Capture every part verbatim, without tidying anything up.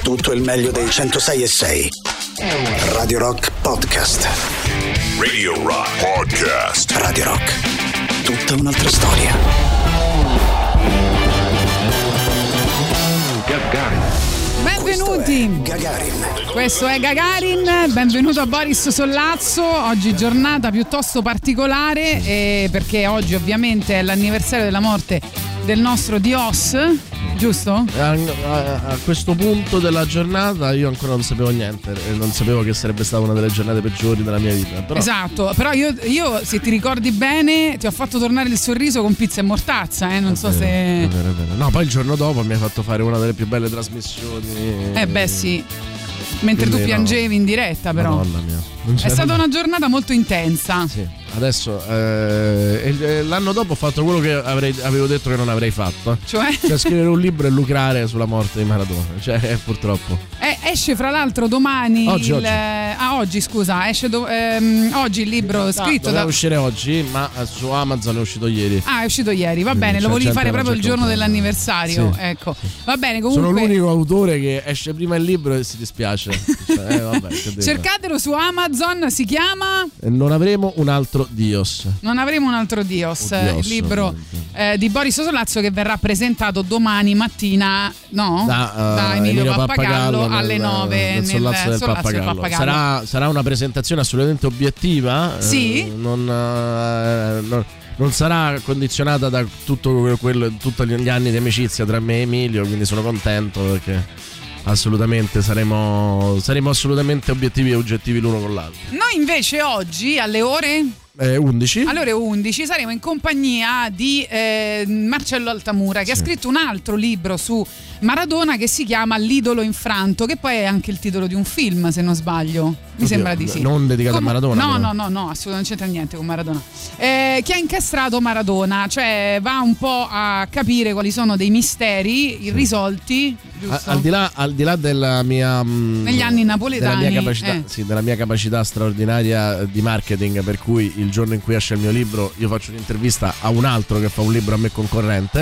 tutto il meglio dei centosei e sei. Radio Rock Podcast. Radio Rock Podcast. Radio Rock. Tutta un'altra storia. Gagarin. Benvenuti. Questo è Gagarin. Questo è Gagarin. Benvenuto a Boris Sollazzo. Oggi giornata piuttosto particolare eh, perché oggi ovviamente è l'anniversario della morte del nostro Dios, giusto? A, a, a questo punto della giornata io ancora non sapevo niente e non sapevo che sarebbe stata una delle giornate peggiori della mia vita. Però... Esatto, però io, io se ti ricordi bene ti ho fatto tornare il sorriso con pizza e mortazza, eh? non è so vero, se... È vero, è vero. No, poi il giorno dopo mi hai fatto fare una delle più belle trasmissioni. Eh beh sì, mentre Quindi tu piangevi no. in diretta però. Madonna mia. È stata una giornata molto intensa. Sì, adesso eh, l'anno dopo ho fatto quello che avrei, avevo detto che non avrei fatto. Cioè? Cioè scrivere un libro e lucrare sulla morte di Maradona. Cioè, eh, purtroppo. Eh, esce fra l'altro domani. Oggi, il, oggi. Ah, oggi scusa. Esce do, ehm, oggi il libro No, scritto doveva da. uscire oggi, ma su Amazon è uscito ieri. Ah, è uscito ieri, va Quindi bene, lo c'è volevi gente fare che non proprio il c'è giorno contenta. dell'anniversario. Sì. Ecco. Va bene, comunque. Sono l'unico autore che esce prima il libro e si dispiace. Cioè, eh, vabbè, che devo. Cercatelo su Amazon, si chiama Non avremo un altro Dios. Non avremo un altro Dios, Oh, Dios, il libro ovviamente. eh, di Boris Sollazzo che verrà presentato domani mattina, no? Da, uh, Da Emilio, Emilio Pappagallo, Pappagallo alle nel, nove nel nel Sollazzo del Sollazzo Pappagallo. del Pappagallo. Sarà, sarà una presentazione assolutamente obiettiva. Sì. eh, non, eh, non, non sarà condizionata da tutto quello, tutti gli anni di amicizia tra me e Emilio, quindi sono contento perché assolutamente saremo, saremo assolutamente obiettivi e oggettivi l'uno con l'altro. Noi invece oggi alle ore Eh, undici alle ore undici saremo in compagnia di eh, Marcello Altamura che Sì. ha scritto un altro libro su Maradona che si chiama L'idolo infranto, che poi è anche il titolo di un film, se non sbaglio. Mi Oddio, sembra di sì. non dedicato a Maradona, No, però. no, no, no, assolutamente non c'entra niente con Maradona. Eh, che ha incastrato Maradona, cioè va un po' a capire quali sono dei misteri irrisolti, A- giusto? al, di là, al di là della mia mh, Negli anni napoletani, della mia capacità, eh. sì, della mia capacità straordinaria di marketing, per cui il giorno in cui esce il mio libro io faccio un'intervista a un altro che fa un libro a me concorrente.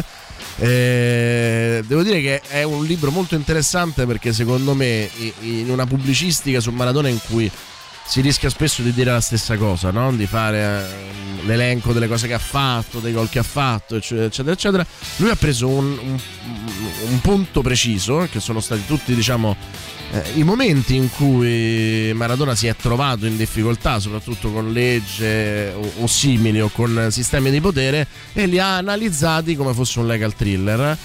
Eh, devo dire che è un libro molto interessante perché secondo me i- in una pubblicistica su Maradona in cui si rischia spesso di dire la stessa cosa, no? Di fare eh, l'elenco delle cose che ha fatto, dei gol che ha fatto, eccetera, eccetera, eccetera. Lui ha preso un, un, un punto preciso, che sono stati tutti, diciamo, eh, i momenti in cui Maradona si è trovato in difficoltà, soprattutto con legge o, o simili o con sistemi di potere, e li ha analizzati come fosse un legal thriller.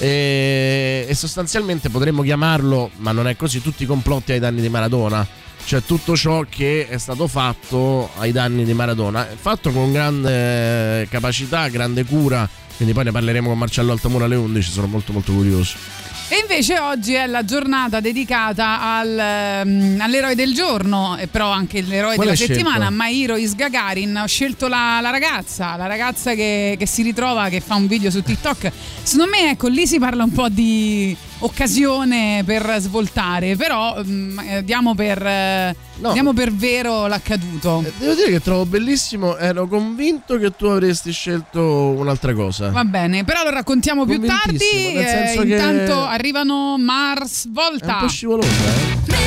E, e sostanzialmente potremmo chiamarlo, ma non è così, tutti i complotti ai danni di Maradona. Cioè tutto ciò che è stato fatto ai danni di Maradona, fatto con grande capacità, grande cura, quindi poi ne parleremo con Marcello Altamura alle undici, sono molto molto curioso. E invece oggi è la giornata dedicata al, um, all'eroe del giorno, e però anche l'eroe Qual della hai scelto? settimana, My Hero is Gagarin. Ho scelto la, la ragazza, la ragazza che, che si ritrova, che fa un video su TikTok. Secondo me, ecco, lì si parla un po' di occasione per svoltare, però um, eh, diamo per eh, No. diamo per vero l'accaduto. Eh, Devo dire che trovo bellissimo, ero convinto che tu avresti scelto un'altra cosa. Va bene, però lo raccontiamo più tardi. Convintissimo, nel eh, senso che- intanto arrivano Mars È un Volta. po' scivolosa, eh?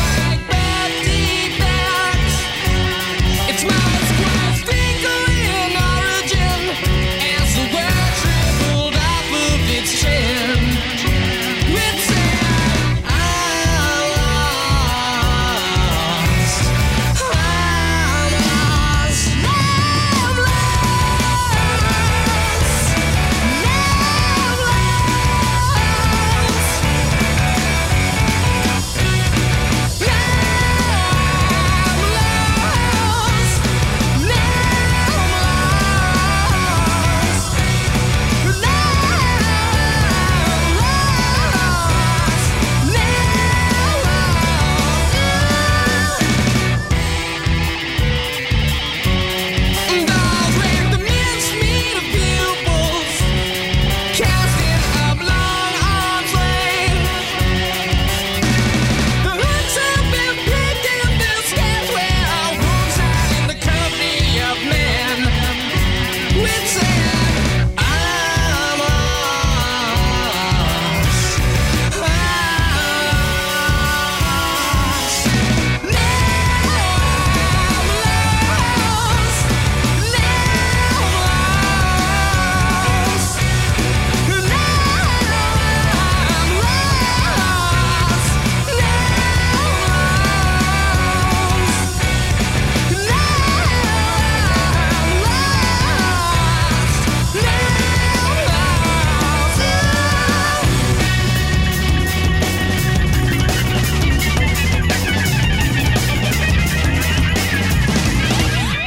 It's my squad twinkling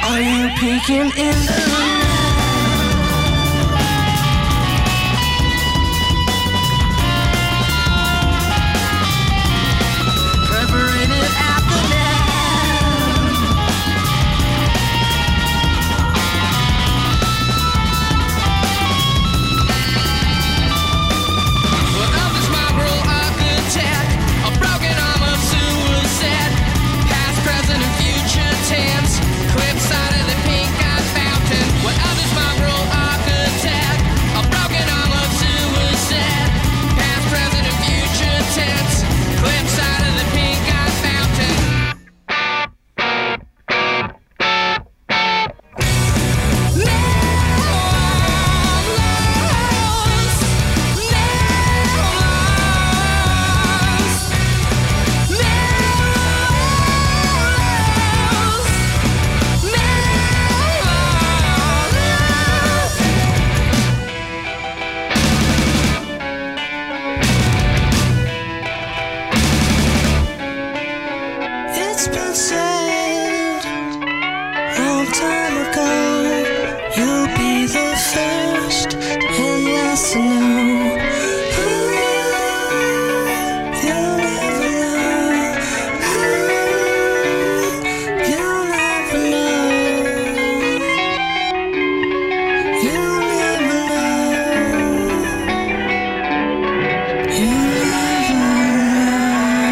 Are you peeking in the perforated at the neck? Well, of this mongrel architect, a broken arm of suicide, past, present, and future tense, clips out of the pink-eyed fountain. What of this mongrel architect, a broken arm of suicide, past, present, and future tense, clips out of the pink-eyed fountain. It's been said long time ago, you'll be the first and last to know. Ooh, you'll never know. Ooh, you'll never know. You'll never know. You'll never know.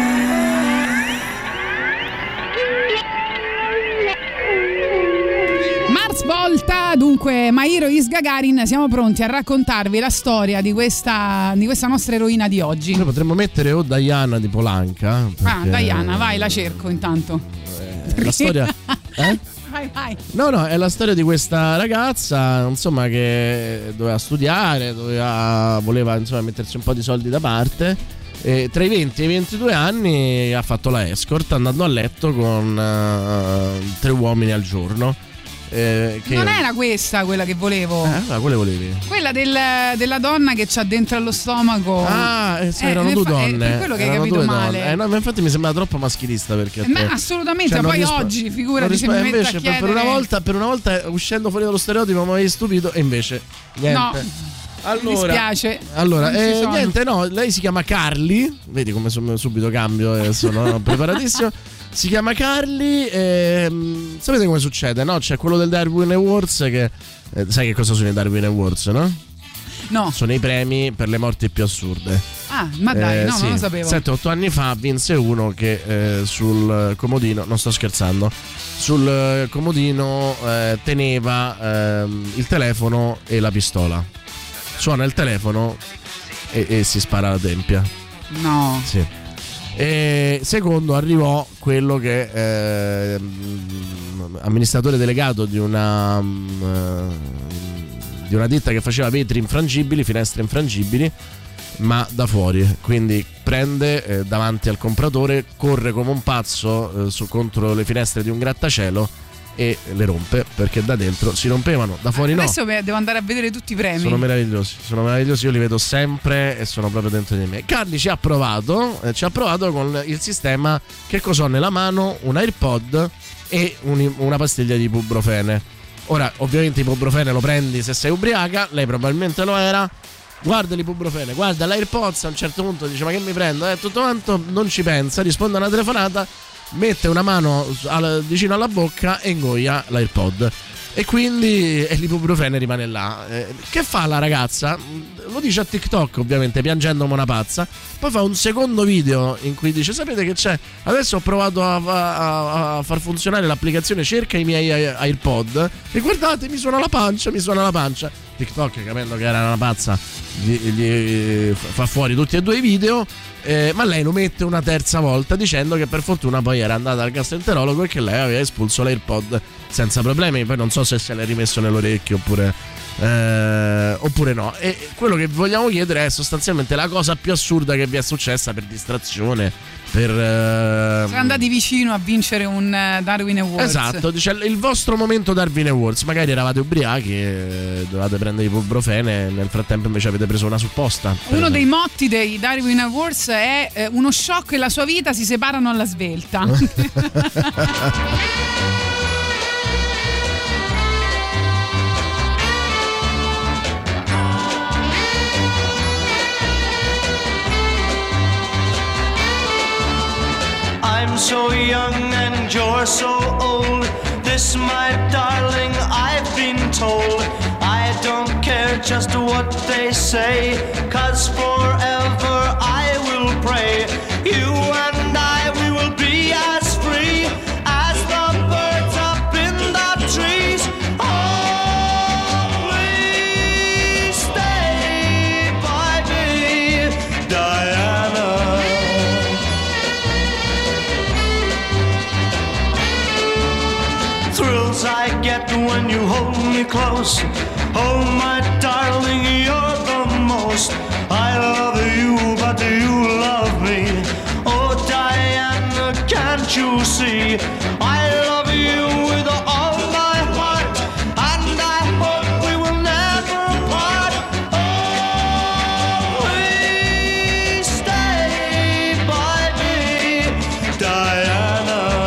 Mars Volta, dunque Mahiro Is Gagarin, siamo pronti a raccontarvi la storia di questa, di questa nostra eroina di oggi. Noi potremmo mettere o Diana di Polanca. Ah, perché- Diana, vai, la cerco intanto. È la storia. Eh? Vai, vai. No, no, è la storia di questa ragazza, insomma, che doveva studiare, doveva, voleva insomma mettersi un po' di soldi da parte. E tra i venti e i ventidue anni ha fatto la escort, andando a letto con eh, tre uomini al giorno. Eh, che... Non era questa quella che volevo. Eh, ma quale volevi? Quella del, della donna che c'ha dentro allo stomaco. Ah, eh, sì, Eh, erano nel due fa- è donne. per quello che hai Erano capito due male. donne. Eh, no, ma infatti mi sembra troppo maschilista perché. a Ma te- assolutamente, Cioè, non poi rispo- oggi figurati non se rispo- mi metto invece, a per- chiedere. per una volta, per una volta uscendo fuori dallo stereotipo mi avevi stupito e invece niente. No, mi Allora, dispiace. allora Non ci eh, sono. niente, no, lei si chiama Carly. Vedi come sono- subito cambio e sono preparatissimo. Si chiama Carly. ehm, sapete come succede, no? C'è quello del Darwin Awards che eh, sai che cosa sono i Darwin Awards, no? No. Sono i premi per le morti più assurde. Ah, ma dai, Eh, no, sì. non lo sapevo. sette otto anni fa vinse uno che eh, sul comodino, non sto scherzando, sul eh, comodino eh, teneva ehm, il telefono e la pistola. Suona il telefono e, e si spara alla tempia. No. Sì. E secondo arrivò quello che è ehm, amministratore delegato di una mm, di una ditta che faceva vetri infrangibili, finestre infrangibili, ma da fuori. Quindi prende eh, davanti al compratore, corre come un pazzo eh, su, contro le finestre di un grattacielo e le rompe, perché da dentro si rompevano, da fuori no. Adesso devo andare a vedere tutti i premi. Sono meravigliosi, sono meravigliosi, io li vedo sempre e sono proprio dentro di me. Carly ci ha provato, eh, ci ha provato con il sistema che cos'ho nella mano, un AirPod e un, una pastiglia di ibuprofene. Ora, ovviamente ibuprofene lo prendi se sei ubriaca, lei probabilmente lo era. Guarda l'ibuprofene, guarda l'AirPods, a un certo punto dice ma che mi prendo? Eh, tutto quanto, non ci pensa, risponde a una telefonata, mette una mano al, vicino alla bocca e ingoia l'AirPod. E quindi e l'ibuprofene rimane là. Eh, che fa la ragazza? Lo dice a TikTok, ovviamente, piangendo come una pazza. Poi fa un secondo video in cui dice: sapete che c'è? Adesso ho provato a, a, a far funzionare l'applicazione Cerca i miei AirPod e guardate, mi suona la pancia, mi suona la pancia. TikTok, capendo che era una pazza, gli, gli fa fuori tutti e due i video. Eh, ma lei lo mette una terza volta dicendo che per fortuna poi era andata al gastroenterologo e che lei aveva espulso l'AirPod senza problemi. Poi non so se se l'è rimesso nell'orecchio oppure eh, oppure no. E quello che vogliamo chiedere è sostanzialmente la cosa più assurda che vi è successa per distrazione, per eh, Siamo andati vicino a vincere un eh, Darwin Awards. esatto, dice il vostro momento Darwin Awards. Magari eravate ubriachi e dovevate prendere ibuprofene, nel frattempo invece avete preso una supposta. Uno dei motti dei Darwin Awards è eh, uno shock e la sua vita si separano alla svelta. so old. This, my darling, I've been told. I don't care just what they say, 'cause forever I will pray. You and I, we will be as free as the birds up in the trees. Oh, please stay by me, Diana. Thrills I get when you hold me close. Oh, my darling, you're the most. I love you, but do you love me? Oh, Diana, can't you see? I love you with all my heart, and I hope we will never part. Oh, please stay by me, Diana.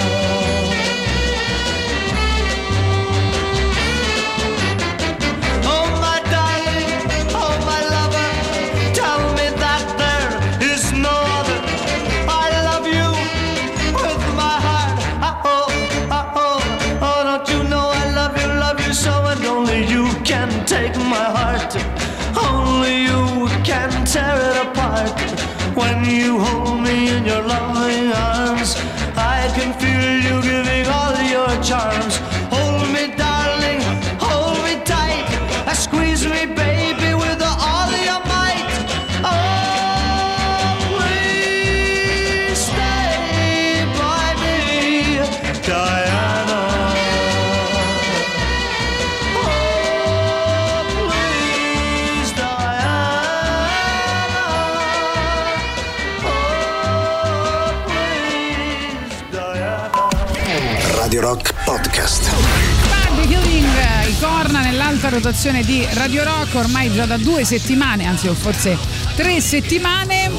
Take my heart, only you can tear it apart. When you hold me in your loving arms, I can feel you giving all your charms. Hold me, darling, hold me tight, squeeze me, baby, with all your might. Oh, please stay by me, Diana. Radio Rock Podcast. Bad Killing, i Corna nell'alta rotazione di Radio Rock ormai già da due settimane, anzi o forse tre settimane.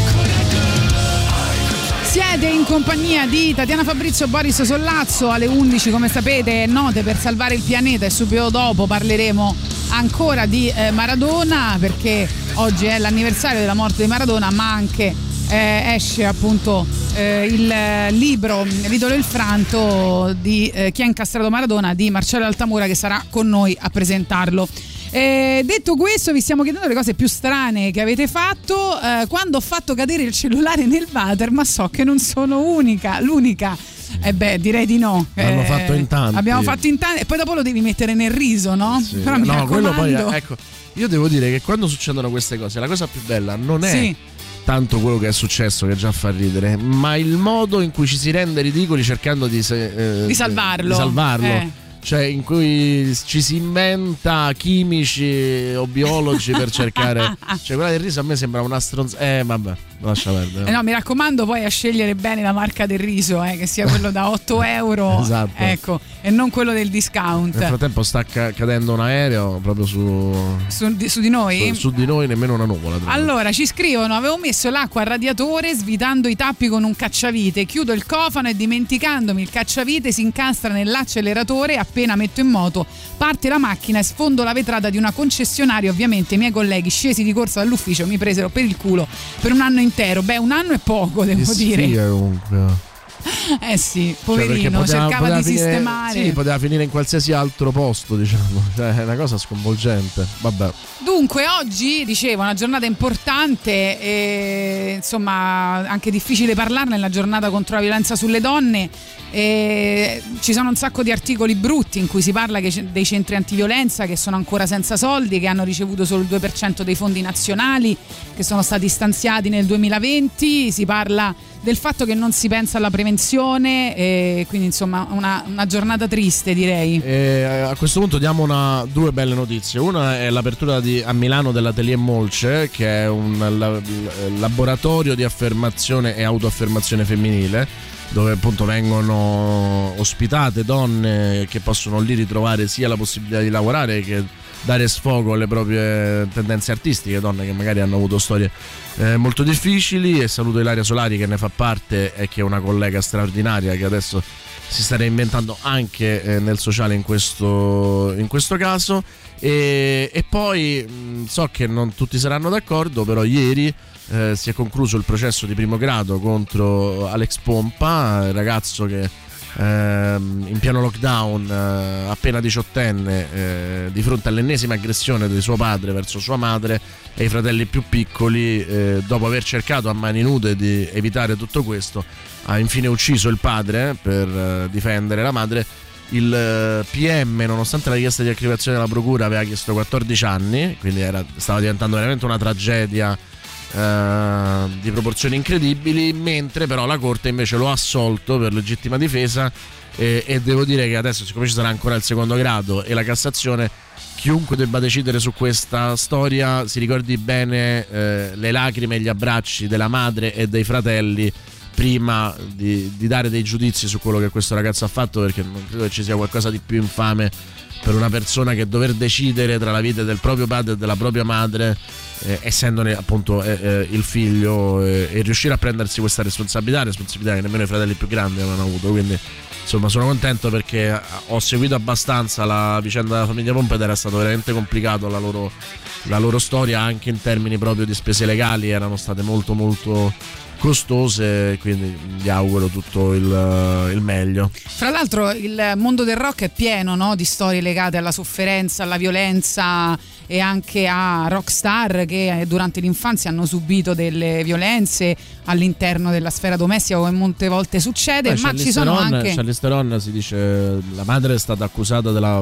Siete in compagnia di Tatiana Fabrizio, Boris Sollazzo. Alle undici, come sapete, note per salvare il pianeta, e subito dopo parleremo ancora di eh, Maradona, perché oggi è l'anniversario della morte di Maradona, ma anche eh, esce appunto eh, il libro L'idolo e il franto di eh, Chi ha incastrato Maradona di Marcello Altamura, che sarà con noi a presentarlo. Eh, detto questo, vi stiamo chiedendo le cose più strane che avete fatto. Eh, quando ho fatto cadere il cellulare nel water, ma so che non sono unica, l'unica. Eh beh, direi di no. L'hanno eh, fatto in tanti. Abbiamo fatto in tanti, e poi dopo lo devi mettere nel riso, no? Sì. Però mi no, quello poi, raccomando. ecco, io devo dire che quando succedono queste cose, la cosa più bella non è Sì. tanto quello che è successo, che già fa ridere, ma il modo in cui ci si rende ridicoli cercando di, eh, Di salvarlo. di salvarlo. Eh. Cioè, in cui ci si inventa chimici o biologi per cercare. Cioè, quella del riso a me sembra una stronza. Eh, vabbè, lascia perdere. Eh no, mi raccomando poi a scegliere bene la marca del riso, eh, che sia quello da otto euro. Esatto. Ecco, e non quello del discount. Nel frattempo sta ca- cadendo un aereo proprio su, Su di, su di noi? su, su di noi, nemmeno una nuvola. tra l'altro. Allora, ci scrivono: avevo messo l'acqua al radiatore svitando i tappi con un cacciavite, chiudo il cofano e dimenticandomi il cacciavite si incastra nell'acceleratore. Appena metto in moto parte la macchina e sfondo la vetrata di una concessionaria. Ovviamente i miei colleghi scesi di corsa dall'ufficio mi presero per il culo per un anno intero. Beh, un anno è poco, devo Che dire. sfiga, comunque. Eh sì, Cioè, perché poverino, poteva- cercava poteva di finire- sistemare. Sì, poteva finire in qualsiasi altro posto, diciamo. Cioè, è una cosa sconvolgente. Vabbè. Dunque, oggi, dicevo, una giornata importante e insomma anche difficile parlarne, è la giornata contro la violenza sulle donne. E ci sono un sacco di articoli brutti in cui si parla che c- dei centri antiviolenza che sono ancora senza soldi, che hanno ricevuto solo il due per cento dei fondi nazionali che sono stati stanziati nel duemilaventi. Si parla del fatto che non si pensa alla prevenzione, e quindi insomma una, una giornata triste, direi. E a questo punto diamo una, due belle notizie. Una è l'apertura di, a Milano dell'Atelier Molce, che è un la- laboratorio di affermazione e autoaffermazione femminile, dove appunto vengono ospitate donne che possono lì ritrovare sia la possibilità di lavorare che dare sfogo alle proprie tendenze artistiche, donne che magari hanno avuto storie eh, molto difficili. E saluto Ilaria Solari, che ne fa parte e che è una collega straordinaria che adesso si sta reinventando anche eh, nel sociale in questo, in questo caso. E, e poi mh, so che non tutti saranno d'accordo, però ieri eh, si è concluso il processo di primo grado contro Alex Pompa, il ragazzo che ehm, in pieno lockdown, eh, appena diciottenne, eh, di fronte all'ennesima aggressione di suo padre verso sua madre e i fratelli più piccoli, eh, dopo aver cercato a mani nude di evitare tutto questo, ha infine ucciso il padre per eh, difendere la madre. Il P M, nonostante la richiesta di archiviazione della procura, aveva chiesto quattordici anni, quindi era, stava diventando veramente una tragedia eh, di proporzioni incredibili, mentre però la Corte invece lo ha assolto per legittima difesa, e, e devo dire che adesso, siccome ci sarà ancora il secondo grado e la Cassazione, chiunque debba decidere su questa storia si ricordi bene eh, le lacrime e gli abbracci della madre e dei fratelli prima di, di dare dei giudizi su quello che questo ragazzo ha fatto, perché non credo che ci sia qualcosa di più infame per una persona che dover decidere tra la vita del proprio padre e della propria madre, eh, essendone appunto eh, eh, il figlio, eh, e riuscire a prendersi questa responsabilità, responsabilità che nemmeno i fratelli più grandi avevano avuto. Quindi insomma sono contento, perché ho seguito abbastanza la vicenda della famiglia Pompa ed era stato veramente complicato la loro, la loro storia, anche in termini proprio di spese legali erano state molto molto costose, quindi gli auguro tutto il, il meglio. Fra l'altro il mondo del rock è pieno, no, di storie legate alla sofferenza, alla violenza, e anche a rockstar che durante l'infanzia hanno subito delle violenze all'interno della sfera domestica, come molte volte succede. Beh, ma ci sono Theron, anche Charlize Theron, si dice, la madre è stata accusata della,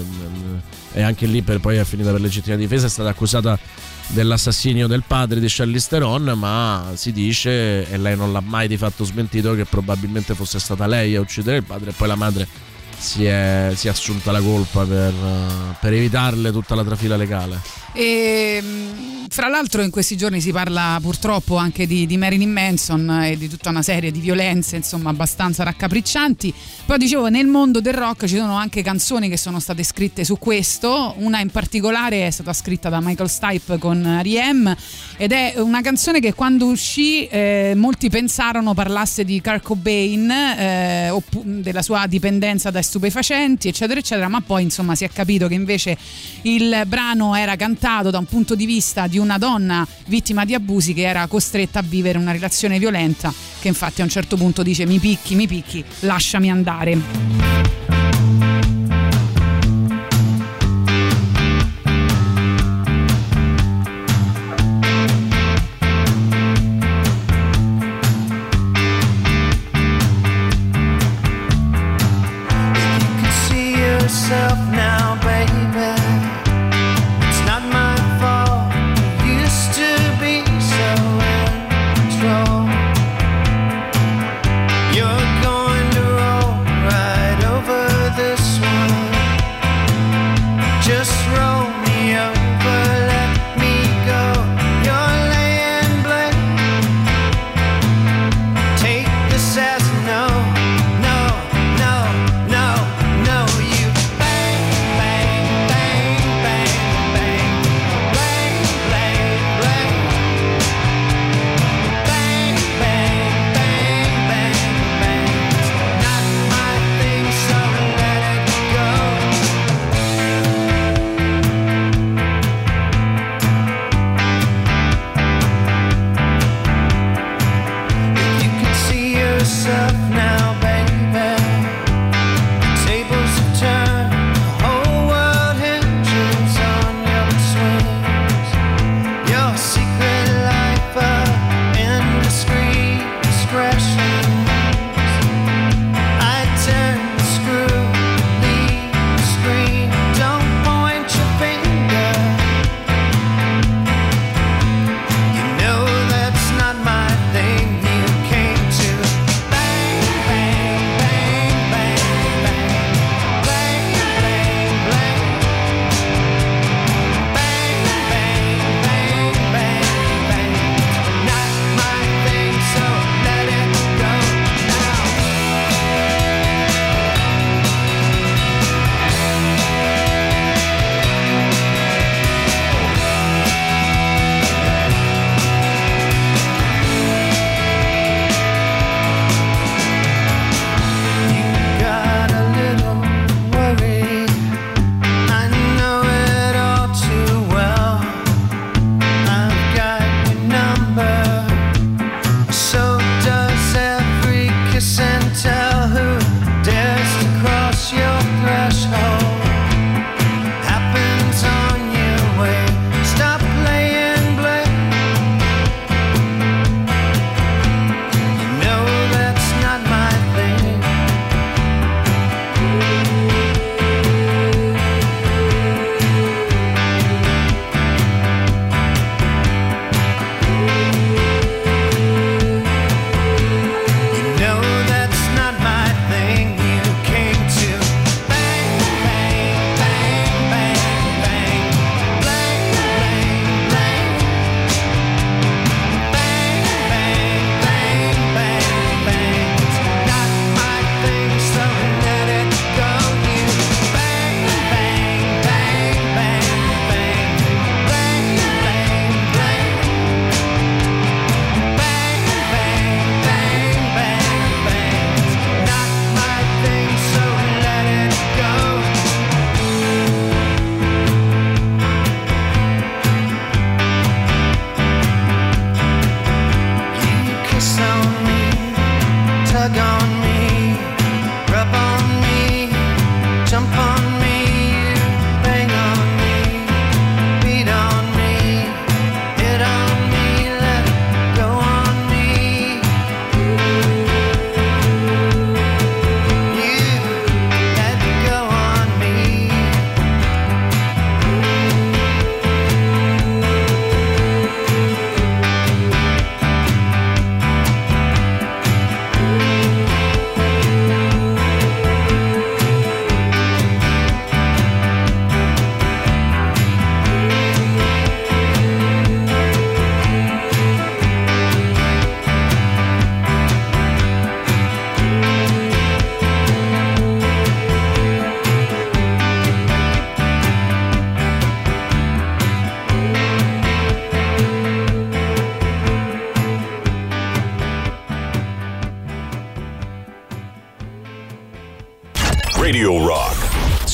e anche lì per poi è finita per legittima difesa, è stata accusata dell'assassinio del padre di Charlize Theron, ma si dice, e lei non l'ha mai di fatto smentito, che probabilmente fosse stata lei a uccidere il padre, e poi la madre si è, si è assunta la colpa per, per evitarle tutta la trafila legale. E fra l'altro in questi giorni si parla purtroppo anche di, di Marilyn Manson e di tutta una serie di violenze, insomma, abbastanza raccapriccianti. Poi dicevo, nel mondo del rock ci sono anche canzoni che sono state scritte su questo. Una in particolare è stata scritta da Michael Stipe con R E M, ed è una canzone che quando uscì eh, molti pensarono parlasse di Kurt Cobain, eh, oppu- della sua dipendenza da stupefacenti, eccetera eccetera, ma poi insomma si è capito che invece il brano era cantato da un punto di vista di una donna vittima di abusi che era costretta a vivere una relazione violenta, che infatti a un certo punto dice: mi picchi, mi picchi, lasciami andare. You're going to roll right over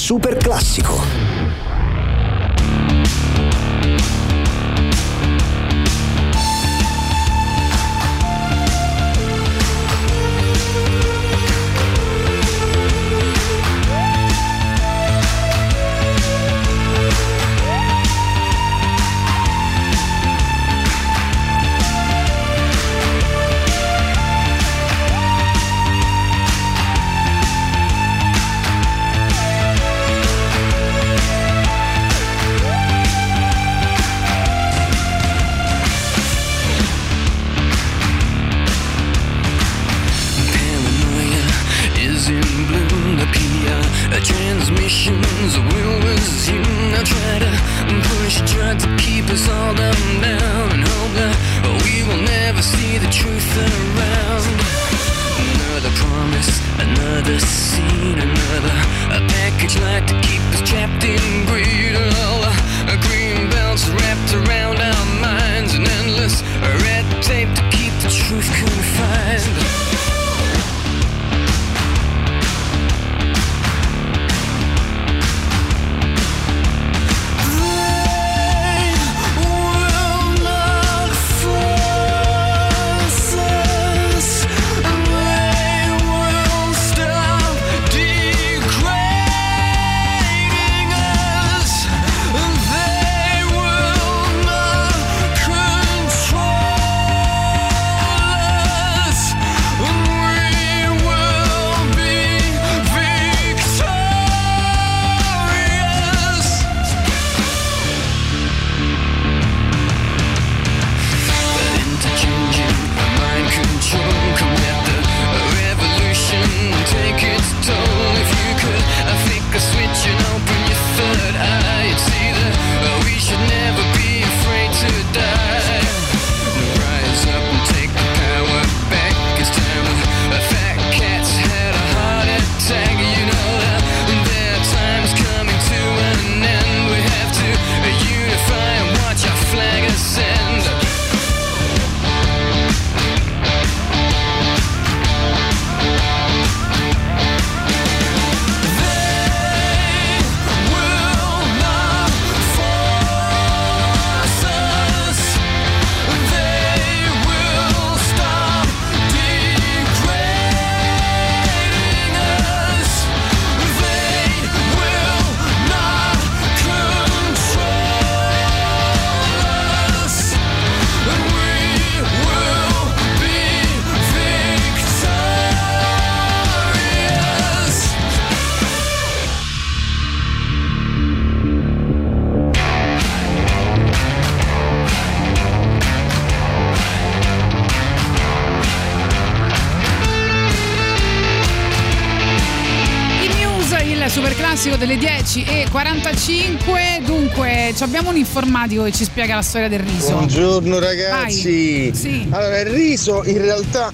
super classico. Transmissions will resume. I try to push, try to keep us all down, down, and hope that we will never see the truth around. Another promise, another scene, another a package like to keep us trapped in greed. All the green belts wrapped around our minds, and endless red tape to keep the truth confined. Delle dieci e quarantacinque. Dunque abbiamo un informatico che ci spiega la storia del riso. Buongiorno ragazzi. Sì. Allora, il riso in realtà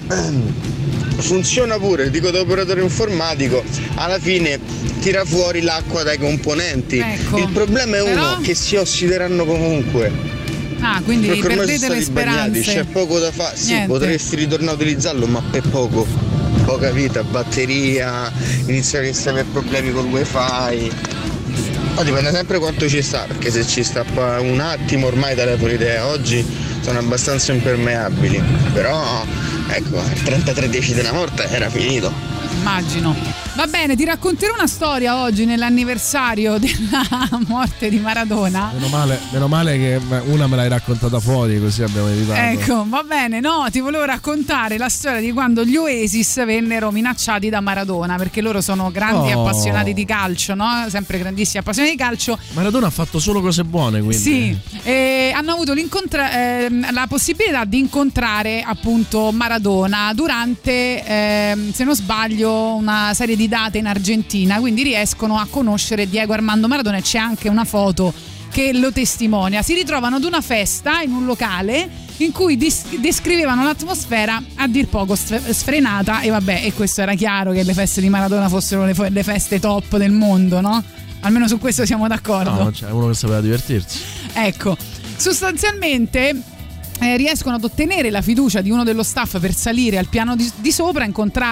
funziona pure, dico da operatore informatico, alla fine tira fuori l'acqua dai componenti. Ecco. Il problema è Però... uno che si ossideranno comunque. Ah, quindi perché ormai perdete sono le stati bagnati, speranze. c'è poco da fare. Sì, Niente. potresti ritornare a utilizzarlo, ma per poco. Poca vita, batteria, iniziano a avere problemi col wifi. Ma dipende sempre quanto ci sta, perché se ci sta un attimo ormai dalle tue idee oggi sono abbastanza impermeabili. Però ecco, il trentatré dieci della morte era finito. Immagino. Va bene, ti racconterò una storia oggi nell'anniversario della morte di Maradona. Meno male, meno male che una me l'hai raccontata fuori, così abbiamo evitato. Ecco, va bene, no, ti volevo raccontare la storia di quando gli Oasis vennero minacciati da Maradona, perché loro sono grandi Oh. appassionati di calcio, no? Sempre grandissimi appassionati di calcio. Maradona ha fatto solo cose buone, quindi. Sì, e hanno avuto eh, la possibilità di incontrare appunto Maradona durante, eh, se non sbaglio, una serie di date in Argentina, quindi riescono a conoscere Diego Armando Maradona e c'è anche una foto che lo testimonia. Si ritrovano ad una festa in un locale in cui dis- descrivevano l'atmosfera a dir poco sfrenata, e vabbè, e questo era chiaro che le feste di Maradona fossero le, fo- le feste top del mondo, no? Almeno su questo siamo d'accordo. No, c'è uno che sapeva divertirsi. Ecco, sostanzialmente eh, riescono ad ottenere la fiducia di uno dello staff per salire al piano di, di sopra, incontrare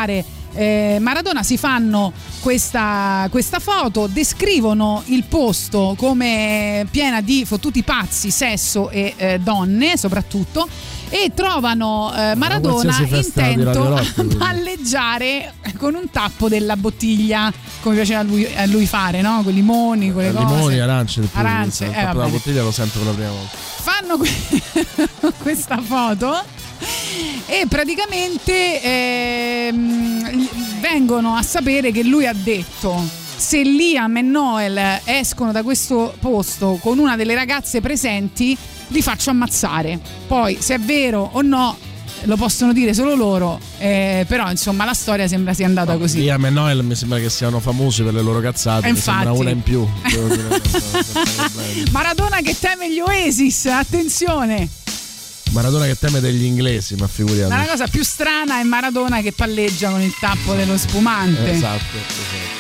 eh, Maradona si fanno questa, questa foto, descrivono il posto come piena di fottuti pazzi, sesso e eh, donne soprattutto, e trovano eh, Maradona intento a palleggiare con un tappo della bottiglia, come piaceva a lui, a lui fare, no? Con limoni, con le cose. Limoni, arance, arance. Il Eh, tappo della vabbè. bottiglia lo sento per la prima volta. Fanno que- questa foto e praticamente ehm, vengono a sapere che lui ha detto: se Liam e Noel escono da questo posto con una delle ragazze presenti, li faccio ammazzare. Poi se è vero o no lo possono dire solo loro, eh, però insomma la storia sembra sia andata No, così. Liam e Noel mi sembra che siano famosi per le loro cazzate, Eh, mi sembra infatti. una in più, devo dire, senza problemi. Maradona che teme gli Oasis, attenzione. Maradona che teme degli inglesi, ma figuriamoci. Ma la cosa più strana è Maradona che palleggia con il tappo dello spumante. Esatto, esatto.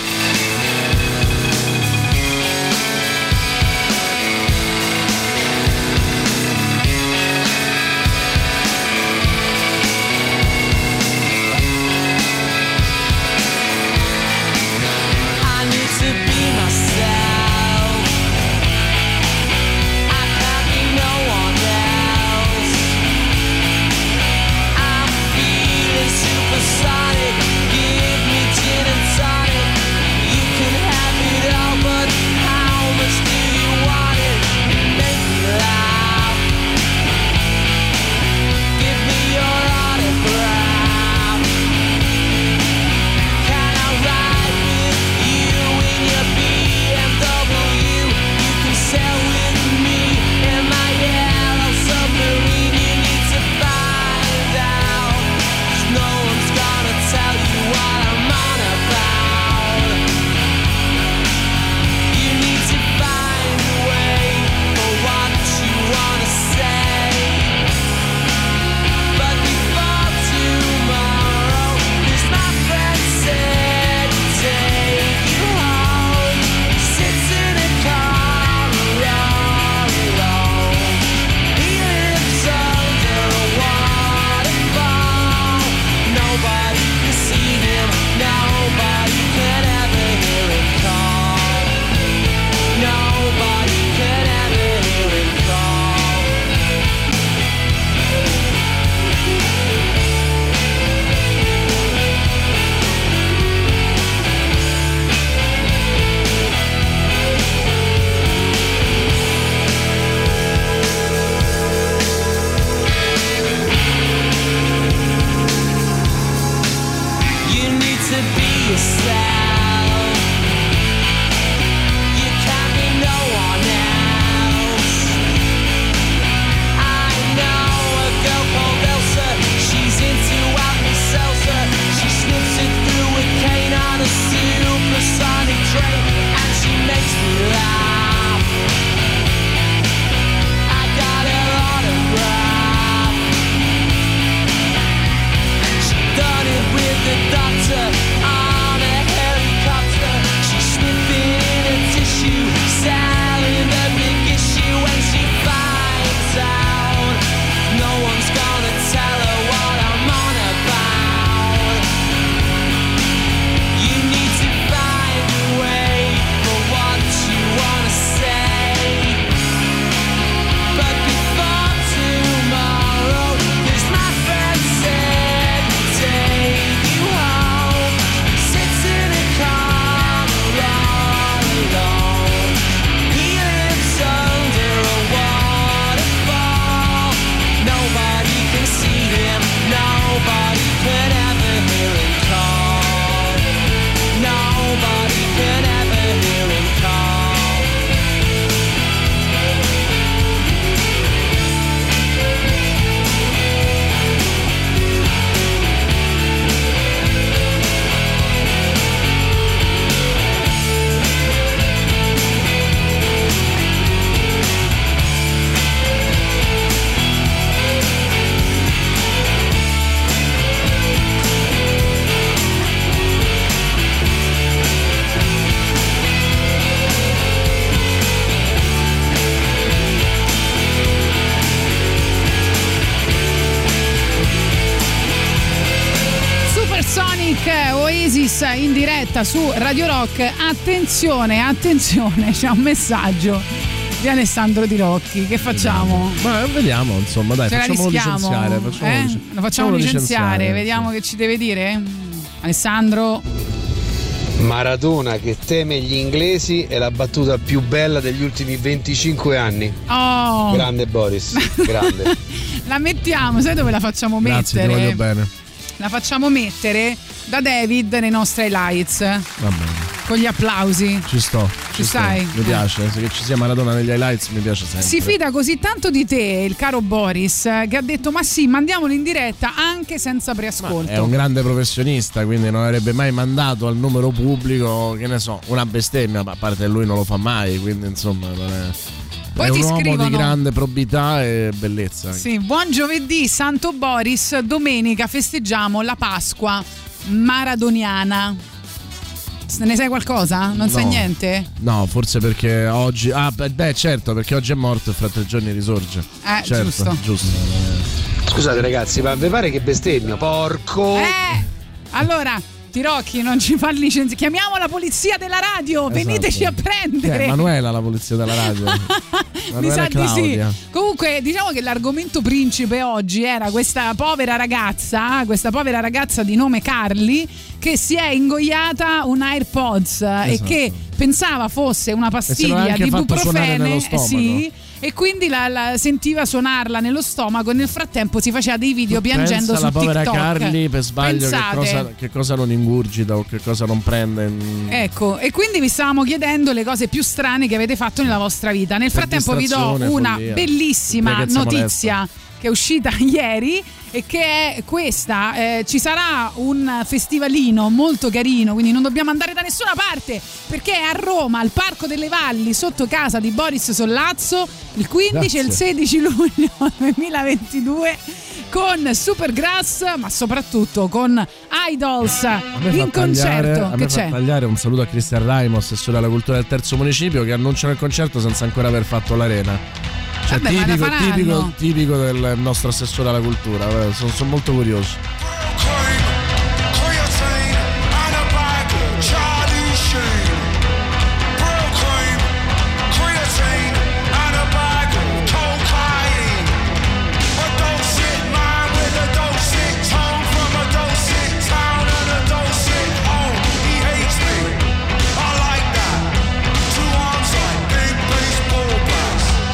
I need to be myself. I can't be no one else. I'm feeling supersonic. Give me gin and tonic. Boris in diretta su Radio Rock. Attenzione, attenzione, c'è un messaggio di Alessandro Di Rocchi. Che facciamo? Ma vediamo, insomma, dai, Ce la facciamolo rischiamo? licenziare. Facciamolo Eh? lic- Lo facciamo licenziare, licenziare, vediamo sì. che ci deve dire. Alessandro. Maradona che teme gli inglesi è la battuta più bella degli ultimi venticinque anni. Oh, Grande Boris, grande. la mettiamo, sai dove la facciamo Grazie, ti mettere? voglio bene. La facciamo mettere da David nei nostri highlights Va bene. con gli applausi. Ci sto. Ci sto. stai? Mi piace, se che ci sia Maradona negli highlights mi piace sempre. Si fida così tanto di te il caro Boris che ha detto ma sì, mandiamolo in diretta anche senza preascolto. È un grande professionista, quindi non avrebbe mai mandato al numero pubblico, che ne so, una bestemmia, ma a parte lui non lo fa mai, quindi insomma non è... Poi è ti un uomo scrivono- di grande probità e bellezza. Sì, buon giovedì Santo Boris, domenica festeggiamo la Pasqua maradoniana. Ne sai qualcosa? Non sai No. niente? No, forse perché oggi... Ah, beh, beh, certo, perché oggi è morto e fra tre giorni risorge. Eh, certo, giusto. giusto. Scusate ragazzi, ma vi pare che bestemmia? Porco! Eh! Allora, Tirocchi, non ci fa licenziare. Chiamiamo la polizia della radio, veniteci a Esatto. Chi è? prendere. Manuela, la polizia della radio. Mi Manuela sa e di sì. Claudia. Comunque, diciamo che l'argomento principe oggi era questa povera ragazza, questa povera ragazza di nome Carly, che si è ingoiata un AirPods e Esatto. che pensava fosse una l'aveva pastiglia anche di fatto suonare ibuprofene, nello eh, stomaco. sì, e quindi la, la sentiva suonarla nello stomaco e nel frattempo si faceva dei video piangendo Pensa su alla povera TikTok. Carly per sbaglio che Pensate. cosa, che cosa non ingurgita o che cosa non prende. in- Ecco, e quindi vi stavamo chiedendo le cose più strane che avete fatto nella vostra vita. Nel Per frattempo vi do distrazione, una follia, bellissima ubriachezza notizia che è uscita ieri e che è questa. Eh, ci sarà un festivalino molto carino, quindi non dobbiamo andare da nessuna parte perché è a Roma, al Parco delle Valli, sotto casa di Boris Sollazzo, il quindici e il Grazie. sedici luglio duemilaventidue, con Supergrass, ma soprattutto con Idols A me in fa tagliare, concerto. a Che me fa c'è? tagliare un saluto a Cristian Raimo, assessore alla cultura del terzo municipio, che annunciano il concerto senza ancora aver fatto l'arena. Cioè, Vabbè, ma la tipico, faranno. tipico, tipico del nostro assessore alla cultura. Sono, sono molto curioso.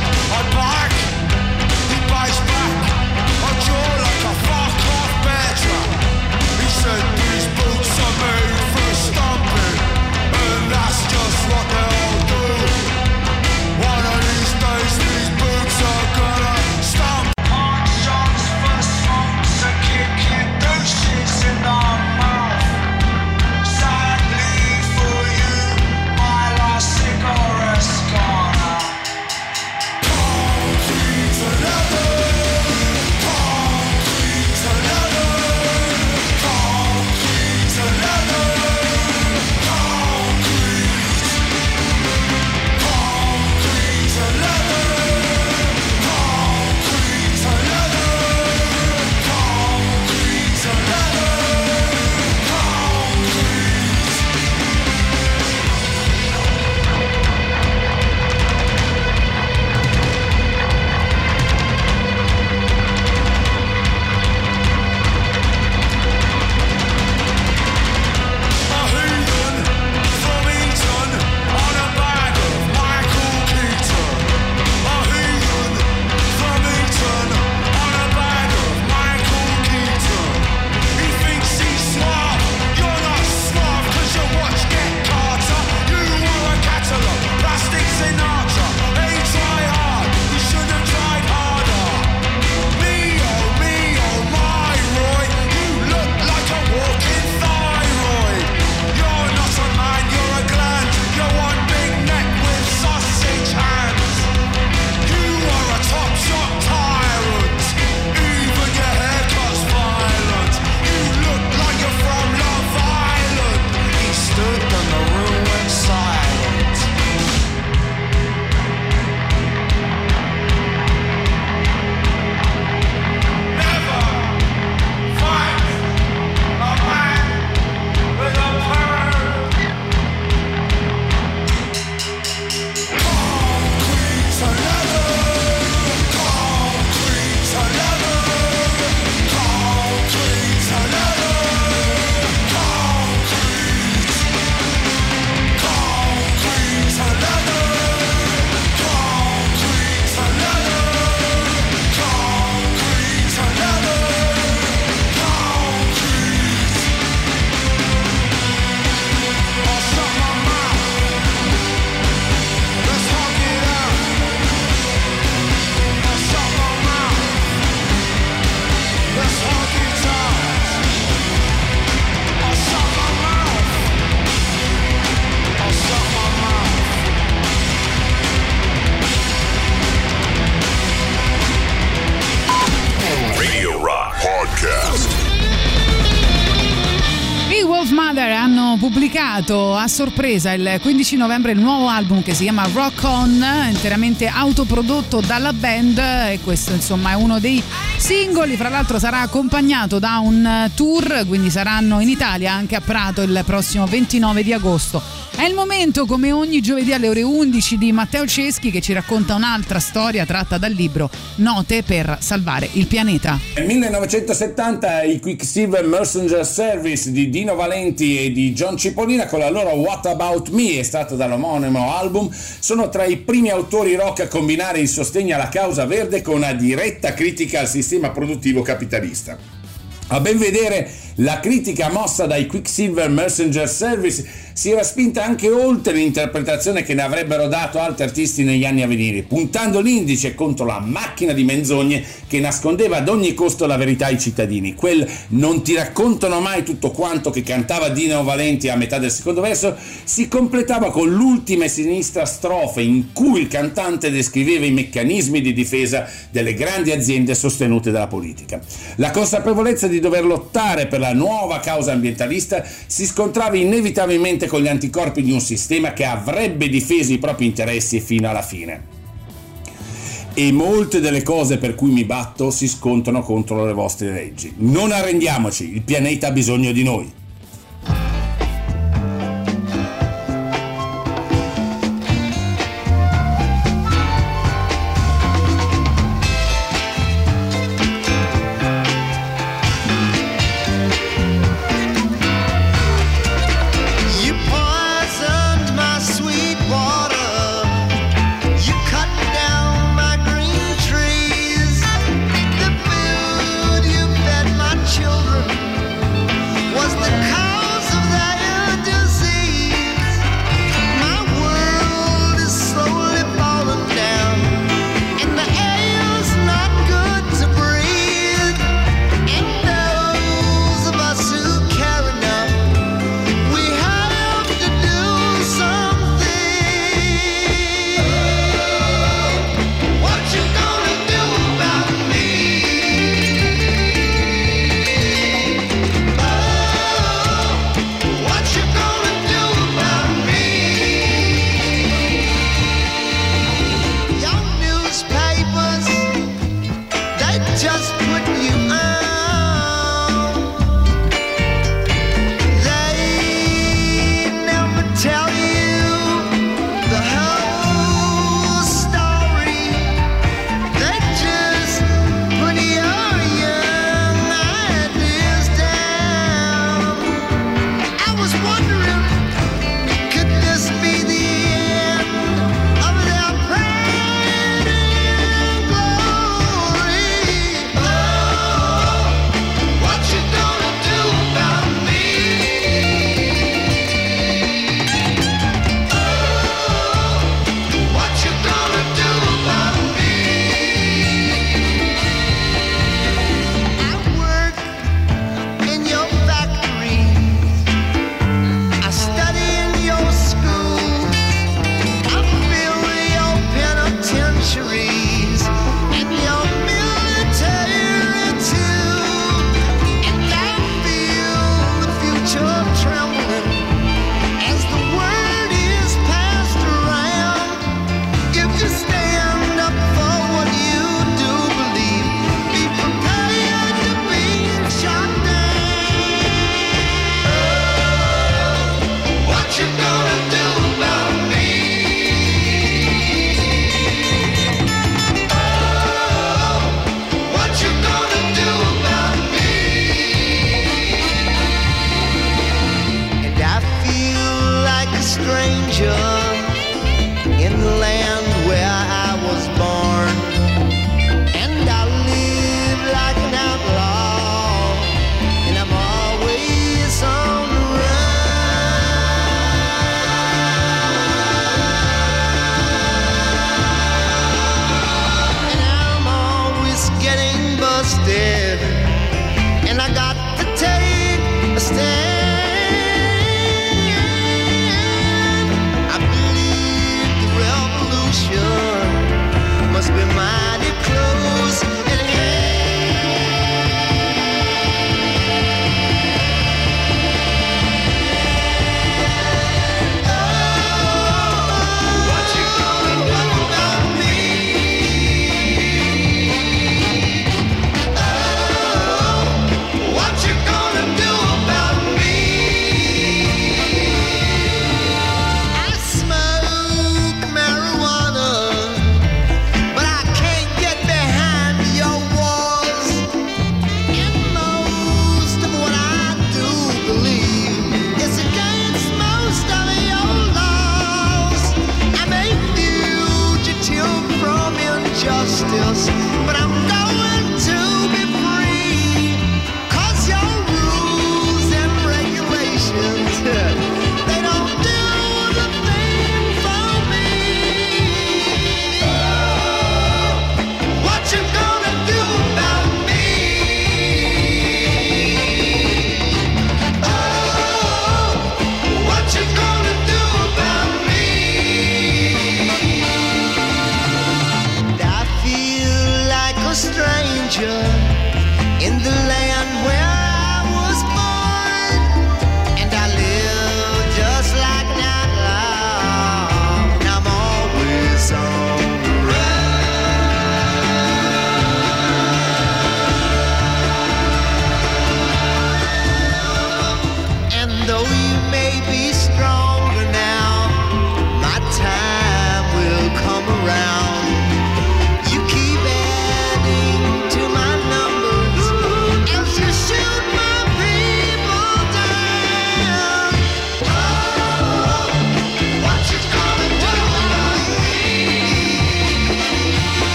Back, he bites back. I draw like a fuck off battery. pubblicato a sorpresa il quindici novembre il nuovo album che si chiama Rock On, interamente autoprodotto dalla band, e questo insomma è uno dei singoli. Fra l'altro sarà accompagnato da un tour, quindi saranno in Italia anche a Prato il prossimo ventinove di agosto. È il momento, come ogni giovedì alle ore undici, di Matteo Ceschi, che ci racconta un'altra storia tratta dal libro Note per salvare il pianeta. Nel millenovecentosettanta i Quicksilver Messenger Service di Dino Valenti e di John Cipollina, con la loro What About Me, estratto dall'omonimo album, sono tra i primi autori rock a combinare il sostegno alla causa verde con una diretta critica al sistema produttivo capitalista. A ben vedere, la critica mossa dai Quicksilver Messenger Service si era spinta anche oltre l'interpretazione che ne avrebbero dato altri artisti negli anni a venire, puntando l'indice contro la macchina di menzogne che nascondeva ad ogni costo la verità ai cittadini. Quel "non ti raccontano mai tutto quanto" che cantava Dino Valenti a metà del secondo verso si completava con l'ultima e sinistra strofa, in cui il cantante descriveva i meccanismi di difesa delle grandi aziende sostenute dalla politica. La consapevolezza di dover lottare per la nuova causa ambientalista si scontrava inevitabilmente con gli anticorpi di un sistema che avrebbe difeso i propri interessi fino alla fine. E molte delle cose per cui mi batto si scontrano contro le vostre leggi. Non arrendiamoci, il pianeta ha bisogno di noi. Was the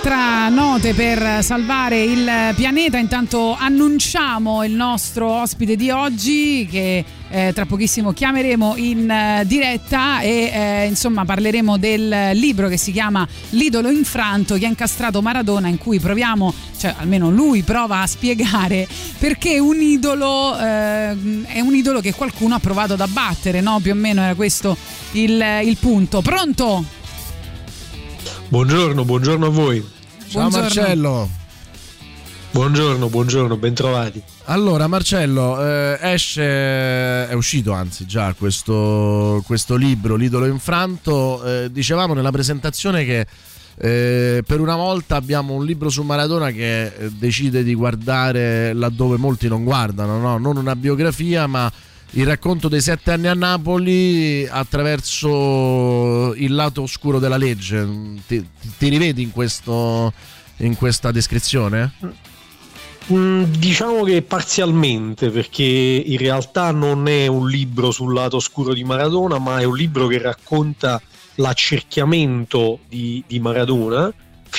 ultranote per salvare il pianeta. Intanto annunciamo il nostro ospite di oggi che eh, tra pochissimo chiameremo in eh, diretta e eh, insomma parleremo del libro che si chiama L'idolo infranto, chi ha incastrato Maradona, in cui proviamo, cioè almeno lui prova a spiegare perché un idolo eh, è un idolo che qualcuno ha provato ad abbattere, no? Più o meno era questo il, il punto. Pronto? Buongiorno, buongiorno a voi. Ciao buongiorno. Marcello. Buongiorno, buongiorno, bentrovati. Allora Marcello, eh, esce, è uscito anzi già questo, questo libro, L'idolo infranto. Eh, dicevamo nella presentazione che eh, per una volta abbiamo un libro su Maradona che eh, decide di guardare laddove molti non guardano, no? Non una biografia, ma il racconto dei sette anni a Napoli attraverso il lato oscuro della legge. Ti, ti rivedi in, questo, in questa descrizione? Mm, diciamo che parzialmente, perché in realtà non è un libro sul lato oscuro di Maradona, ma è un libro che racconta l'accerchiamento di, di Maradona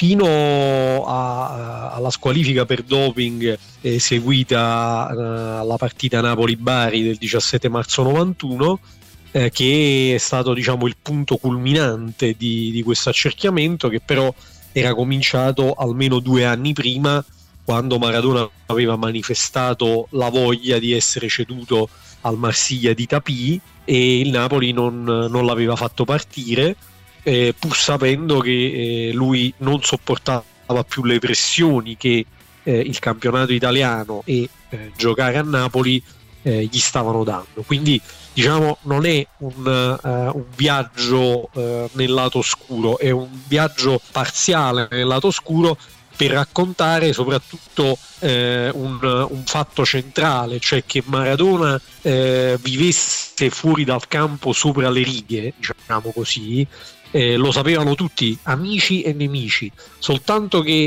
fino a, alla squalifica per doping eh, seguita eh, alla partita Napoli-Bari del diciassette marzo novantuno, eh, che è stato, diciamo, il punto culminante di, di questo accerchiamento, che però era cominciato almeno due anni prima, quando Maradona aveva manifestato la voglia di essere ceduto al Marsiglia di Tapie e il Napoli non, non l'aveva fatto partire. Eh, pur sapendo che eh, lui non sopportava più le pressioni che eh, il campionato italiano e eh, giocare a Napoli eh, gli stavano dando. Quindi, diciamo, non è un, uh, un viaggio uh, nel lato oscuro, è un viaggio parziale nel lato oscuro per raccontare soprattutto eh, un, un fatto centrale, cioè che Maradona eh, vivesse fuori dal campo sopra le righe, diciamo così. Eh, lo sapevano tutti, amici e nemici, soltanto che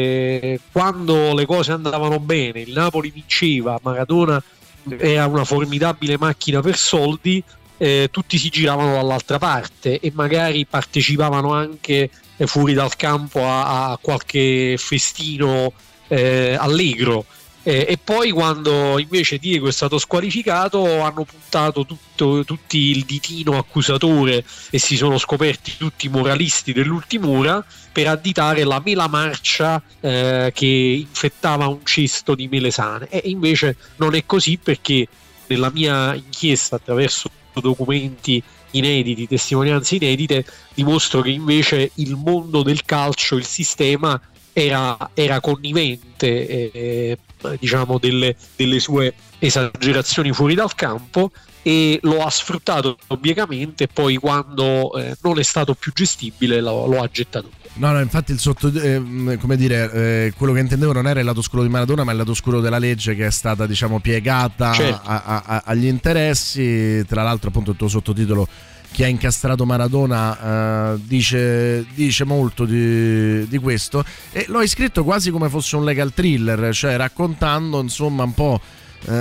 eh, quando le cose andavano bene, il Napoli vinceva, Maradona era una formidabile macchina per soldi, eh, tutti si giravano dall'altra parte e magari partecipavano anche eh, fuori dal campo a, a qualche festino eh, allegro. Eh, e poi quando invece Diego è stato squalificato hanno puntato tutto, tutti il ditino accusatore e si sono scoperti tutti i moralisti dell'ultima ora per additare la mela marcia eh, che infettava un cesto di mele sane. E invece non è così, perché nella mia inchiesta, attraverso documenti inediti, testimonianze inedite, dimostro che invece il mondo del calcio, il sistema era, era connivente eh, diciamo delle, delle sue esagerazioni fuori dal campo, e lo ha sfruttato obietamente, e poi quando eh, non è stato più gestibile lo, lo ha gettato. No, no, infatti il sotto, eh, come dire, eh, quello che intendevo non era il lato oscuro di Maradona, ma il lato oscuro della legge, che è stata, diciamo, piegata certo. a, a, agli interessi. Tra l'altro, appunto, il tuo sottotitolo, Chi ha incastrato Maradona, uh, dice, dice molto di, di questo, e lo hai scritto quasi come fosse un legal thriller, cioè raccontando, insomma, un po' uh,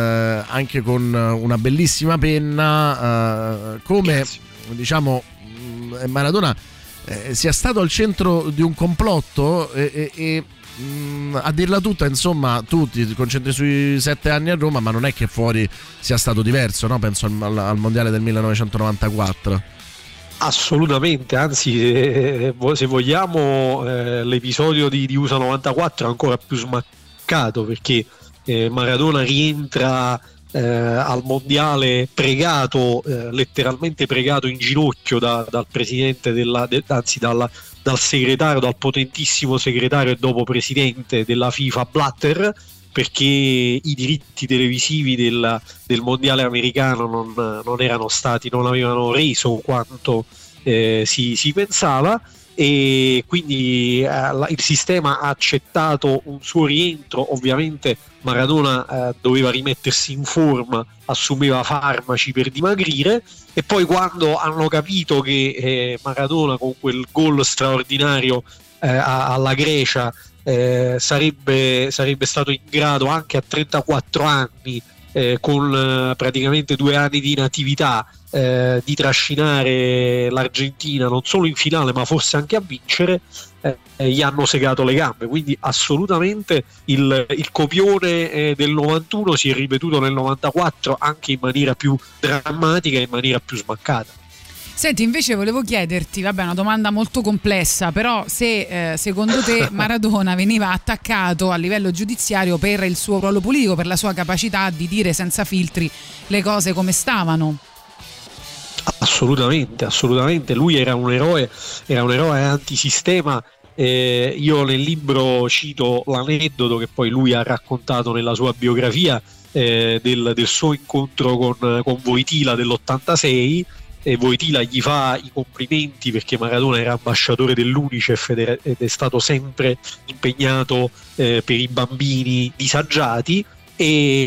anche con una bellissima penna uh, come Grazie. diciamo Maradona eh, sia stato al centro di un complotto e, e, e mh, a dirla tutta, insomma, tu ti concentri sui sette anni a Roma, ma non è che fuori sia stato diverso, no? Penso al, al mondiale del millenovecentonovantaquattro. Assolutamente, anzi, eh, se vogliamo, eh, l'episodio di, di U S A novantaquattro è ancora più smaccato, perché eh, Maradona rientra eh, al mondiale pregato, eh, letteralmente pregato in ginocchio da, dal presidente della, de, anzi dalla, dal segretario, dal potentissimo segretario e dopo presidente della FIFA Blatter, perché i diritti televisivi del, del mondiale americano non, non erano stati, non avevano reso quanto eh, si, si pensava, e quindi eh, il sistema ha accettato un suo rientro. Ovviamente Maradona eh, doveva rimettersi in forma, assumeva farmaci per dimagrire, e poi quando hanno capito che eh, Maradona, con quel gol straordinario eh, alla Grecia, Eh, sarebbe, sarebbe stato in grado anche a trentaquattro anni, eh, con eh, praticamente due anni di inattività, eh, di trascinare l'Argentina non solo in finale ma forse anche a vincere, eh, gli hanno segato le gambe, quindi assolutamente il, il copione eh, del novantuno si è ripetuto nel novantaquattro anche in maniera più drammatica e in maniera più smaccata. Senti, invece volevo chiederti, vabbè, una domanda molto complessa, però se eh, secondo te Maradona veniva attaccato a livello giudiziario per il suo ruolo politico, per la sua capacità di dire senza filtri le cose come stavano? Assolutamente, assolutamente, lui era un eroe, era un eroe antisistema. Eh, io nel libro cito l'aneddoto che poi lui ha raccontato nella sua biografia eh, del, del suo incontro con, con Wojtyla dell'ottantasei. E Wojtyla gli fa i complimenti perché Maradona era ambasciatore dell'Unicef ed è stato sempre impegnato eh, per i bambini disagiati, e,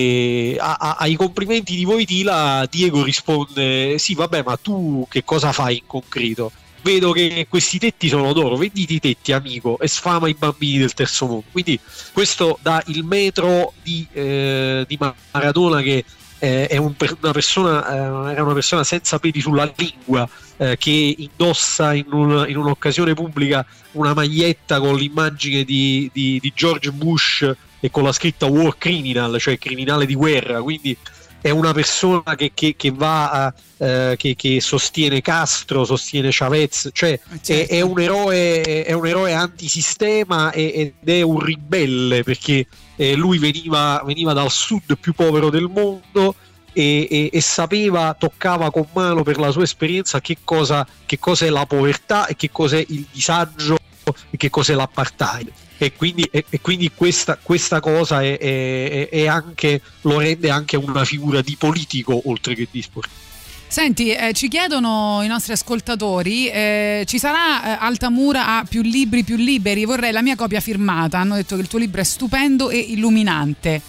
e a, a, ai complimenti di Wojtyla Diego risponde: sì, vabbè, ma tu che cosa fai in concreto? Vedo che questi tetti sono d'oro, venditi i tetti, amico, e sfama i bambini del terzo mondo. Quindi questo dà il metro di, eh, di Maradona, che Eh, è un, una persona, eh, era una persona senza peli sulla lingua, eh, che indossa in, un, in un'occasione pubblica una maglietta con l'immagine di, di, di George Bush e con la scritta War Criminal, cioè criminale di guerra. Quindi è una persona che, che, che va a, eh, che, che sostiene Castro, sostiene Chavez, cioè certo. è, è un eroe, è un eroe antisistema ed è un ribelle, perché Eh, lui veniva, veniva dal sud più povero del mondo e, e, e sapeva, toccava con mano per la sua esperienza che cosa, che cosa è la povertà e che cos'è il disagio e che cos'è l'apartheid, e quindi, e, e quindi questa, questa cosa è, è, è anche, lo rende anche una figura di politico oltre che di sportivo. Senti, eh, ci chiedono i nostri ascoltatori, eh, ci sarà eh, Altamura a Più libri più liberi? Vorrei la mia copia firmata. Hanno detto che il tuo libro è stupendo e illuminante.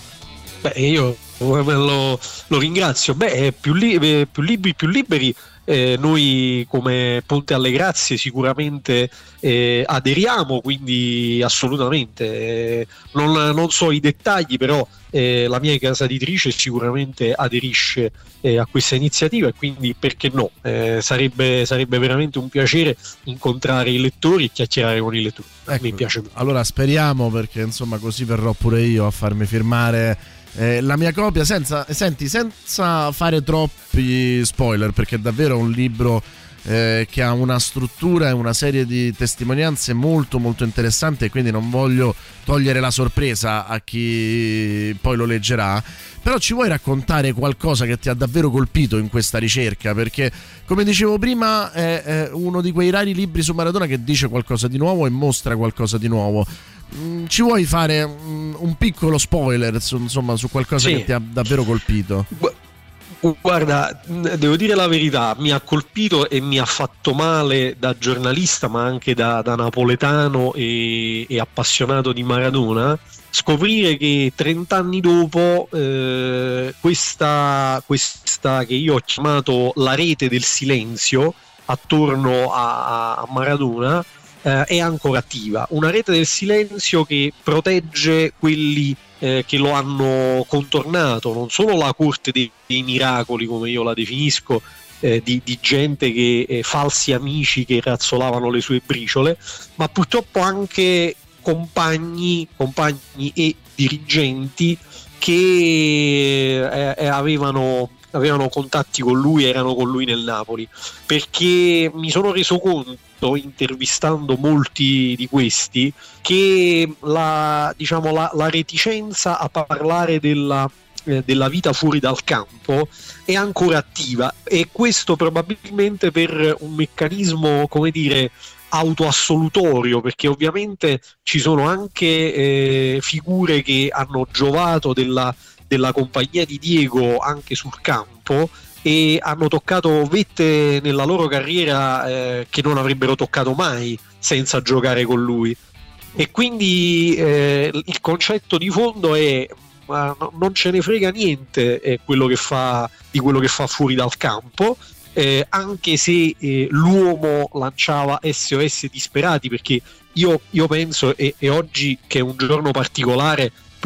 Beh, io lo, lo ringrazio. Beh, più, li, più libri più liberi, eh, noi come Ponte alle Grazie sicuramente eh, aderiamo, quindi assolutamente. Eh, non, non so i dettagli, però eh, la mia casa editrice sicuramente aderisce eh, a questa iniziativa, e quindi perché no? Eh, sarebbe, sarebbe veramente un piacere incontrare i lettori e chiacchierare con i lettori. Ecco, mi piace. Allora speriamo, perché insomma così verrò pure io a farmi firmare Eh, la mia copia, senza, senti, senza fare troppi spoiler, perché è davvero un libro eh, che ha una struttura e una serie di testimonianze molto molto interessanti, e quindi non voglio togliere la sorpresa a chi poi lo leggerà. Però ci vuoi raccontare qualcosa che ti ha davvero colpito in questa ricerca? Perché, come dicevo prima, è, è uno di quei rari libri su Maradona che dice qualcosa di nuovo e mostra qualcosa di nuovo. Ci vuoi fare un piccolo spoiler su, insomma, su qualcosa sì. che ti ha davvero colpito? Guarda, devo dire la verità, mi ha colpito e mi ha fatto male da giornalista, ma anche da, da napoletano e, e appassionato di Maradona, scoprire che trent'anni dopo eh, questa, questa che io ho chiamato la rete del silenzio attorno a, a Maradona eh, è ancora attiva. Una rete del silenzio che protegge quelli eh, che lo hanno contornato, non solo la corte dei, dei miracoli, come io la definisco, eh, di, di gente che eh, falsi amici che razzolavano le sue briciole, ma purtroppo anche compagni, compagni e dirigenti che eh, avevano avevano contatti con lui, erano con lui nel Napoli, perché mi sono reso conto, intervistando molti di questi, che la, diciamo, la, la reticenza a parlare della, eh, della vita fuori dal campo è ancora attiva, e questo probabilmente per un meccanismo, come dire, autoassolutorio, perché ovviamente ci sono anche eh, figure che hanno giovato della della compagnia di Diego anche sul campo e hanno toccato vette nella loro carriera eh, che non avrebbero toccato mai senza giocare con lui, e quindi eh, il concetto di fondo è ma no, non ce ne frega niente è quello che fa, di quello che fa fuori dal campo, eh, anche se eh, l'uomo lanciava S O S disperati, perché io, io penso e, e oggi che è un giorno particolare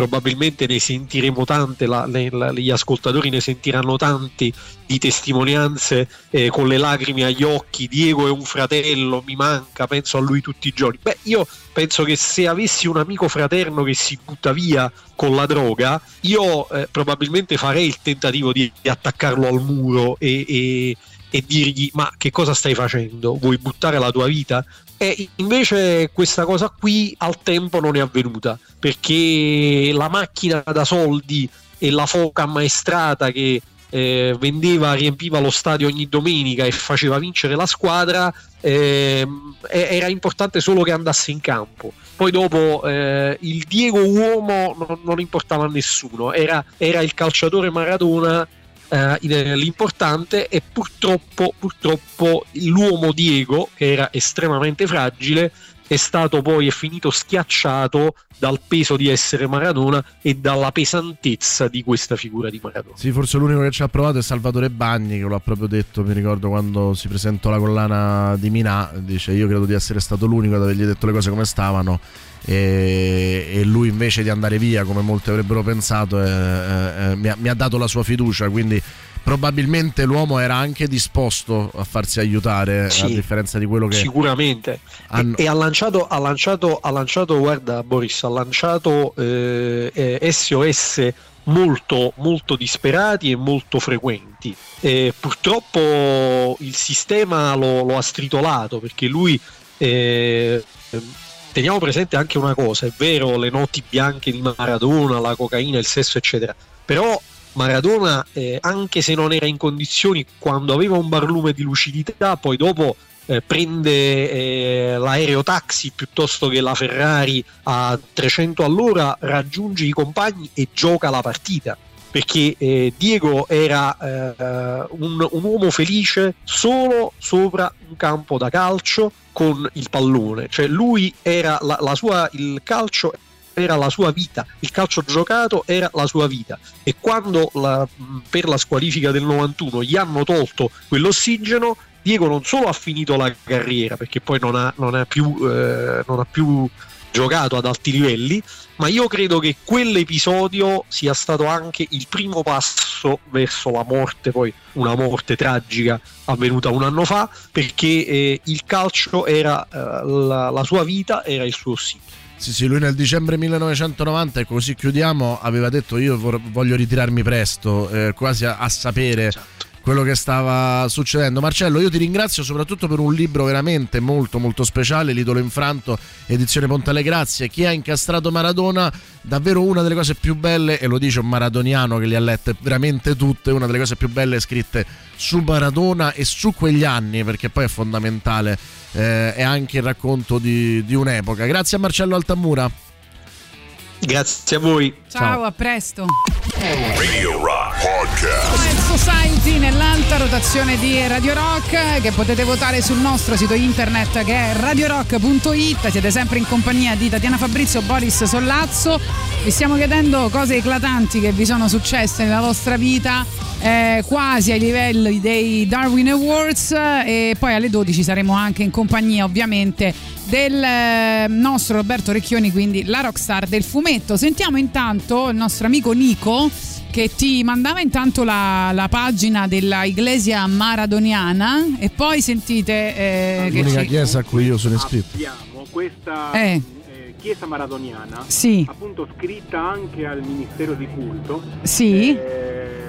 probabilmente ne sentiremo tante, la, le, la, gli ascoltatori ne sentiranno tanti di testimonianze eh, con le lacrime agli occhi. Diego è un fratello, mi manca, penso a lui tutti i giorni. Beh, io penso che se avessi un amico fraterno che si butta via con la droga, io eh, probabilmente farei il tentativo di, di attaccarlo al muro e, e, e dirgli: ma che cosa stai facendo? Vuoi buttare la tua vita? E invece questa cosa qui al tempo non è avvenuta, perché la macchina da soldi e la foca ammaestrata che eh, vendeva, riempiva lo stadio ogni domenica e faceva vincere la squadra, eh, era importante solo che andasse in campo. Poi dopo eh, il Diego uomo non, non importava a nessuno, era, era il calciatore Maradona Uh, l'importante, e purtroppo purtroppo l'uomo Diego, che era estremamente fragile, è stato poi è finito schiacciato dal peso di essere Maradona e dalla pesantezza di questa figura di Maradona. Sì, forse l'unico che ci ha provato è Salvatore Bagni, che lo ha proprio detto, mi ricordo quando si presentò la collana di Minà, dice: io credo di essere stato l'unico ad avergli detto le cose come stavano, e, e lui invece di andare via come molti avrebbero pensato eh, eh, mi, ha, mi ha dato la sua fiducia, quindi probabilmente l'uomo era anche disposto a farsi aiutare, sì, a differenza di quello che sicuramente hanno... e, e ha lanciato ha lanciato ha lanciato guarda Boris, ha lanciato eh, eh, S O S molto molto disperati e molto frequenti. Eh, purtroppo il sistema lo, lo ha stritolato, perché lui eh, teniamo presente anche una cosa: è vero, le notti bianche di Maradona, la cocaina, il sesso eccetera, però Maradona eh, anche se non era in condizioni, quando aveva un barlume di lucidità, poi dopo eh, prende eh, l'aereo taxi piuttosto che la Ferrari a trecento all'ora, raggiunge i compagni e gioca la partita, perché eh, Diego era eh, un, un uomo felice solo sopra un campo da calcio con il pallone, cioè lui era la, la sua, il calcio era la sua vita, il calcio giocato era la sua vita, e quando la, per la squalifica del novantuno gli hanno tolto quell'ossigeno, Diego non solo ha finito la carriera, perché poi non ha, non ha più eh, non ha più giocato ad alti livelli, ma io credo che quell'episodio sia stato anche il primo passo verso la morte, poi una morte tragica avvenuta un anno fa, perché eh, il calcio era eh, la, la sua vita, era il suo ossigeno. Sì, sì, lui nel dicembre millenovecentonovanta, e così chiudiamo, aveva detto: io voglio ritirarmi presto, eh, quasi a, a sapere esatto. quello che stava succedendo. Marcello, io ti ringrazio soprattutto per un libro veramente molto molto speciale, L'idolo infranto, edizione Ponte alle Grazie. Chi ha incastrato Maradona, davvero una delle cose più belle, e lo dice un maradoniano che le ha lette veramente tutte, una delle cose più belle scritte su Maradona e su quegli anni, perché poi è fondamentale, eh, è anche il racconto di, di un'epoca. Grazie a Marcello Altamura. Grazie a voi. Ciao, Ciao. A presto. Radio Rock Podcast. Society nell'alta rotazione di Radio Rock, che potete votare sul nostro sito internet, che è radio rock punto it. Siete sempre in compagnia di Tatiana Fabrizio, Boris Sollazzo. Vi stiamo chiedendo cose eclatanti che vi sono successe nella vostra vita, eh, quasi ai livelli dei Darwin Awards, e poi alle dodici saremo anche in compagnia ovviamente del nostro Roberto Recchioni, quindi la rockstar del fumetto. Sentiamo intanto il nostro amico Nico, che ti mandava intanto la, la pagina della Iglesia Maradoniana, e poi sentite eh, l'unica che chiesa a cui io sono iscritto. Abbiamo questa eh. Eh, chiesa maradoniana, sì, appunto scritta anche al Ministero di Culto, sì, eh,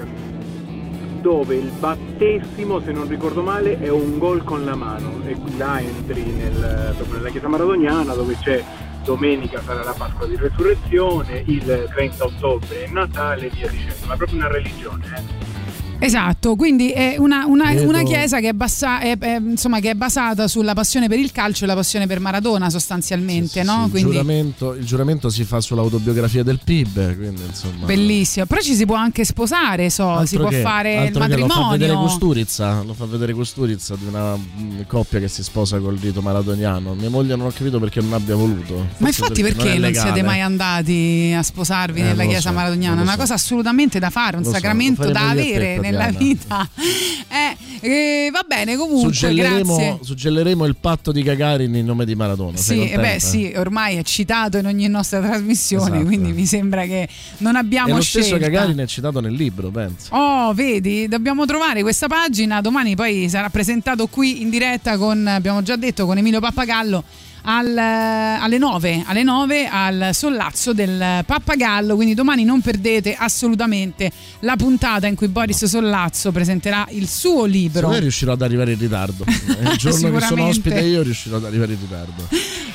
dove il battesimo, se non ricordo male, è un gol con la mano, e là entri nel, proprio nella chiesa maradoniana, dove c'è domenica sarà la Pasqua di Resurrezione, il trenta ottobre è Natale e via dicendo, ma è proprio una religione, eh. Esatto, quindi è una, una, una chiesa che è, bassa, è, è, insomma, che è basata sulla passione per il calcio e la passione per Maradona sostanzialmente, sì, no? Sì, quindi... il, giuramento, il giuramento si fa sull'autobiografia del P I B, quindi insomma... Bellissimo, però ci si può anche sposare, so, altro si può che, fare il matrimonio. Lo fa vedere Custurizza, lo fa vedere Custurizza di una mh, coppia che si sposa col rito maradoniano. Mia moglie non ho capito perché non abbia voluto. Forse Ma infatti perché, perché non, non siete mai andati a sposarvi eh, nella chiesa so, maradoniana? È una so. cosa assolutamente da fare, un lo sacramento so, da avere te, nel nella vita. Eh, eh, va bene, comunque suggelleremo, grazie. suggelleremo il patto di Gagarin in nome di Maradona. Sì, eh beh, sì, ormai è citato in ogni nostra trasmissione, esatto. Quindi mi sembra che non abbiamo e lo scelta. stesso Gagarin è citato nel libro, penso. Oh, vedi, dobbiamo trovare questa pagina, domani poi sarà presentato qui in diretta con, abbiamo già detto, con Emilio Pappagallo al, alle nove alle nove al Sollazzo del Pappagallo, quindi domani non perdete assolutamente la puntata in cui Boris Sollazzo presenterà il suo libro. Secondo me riuscirò ad arrivare in ritardo. Il giorno che sono ospite io riuscirò ad arrivare in ritardo.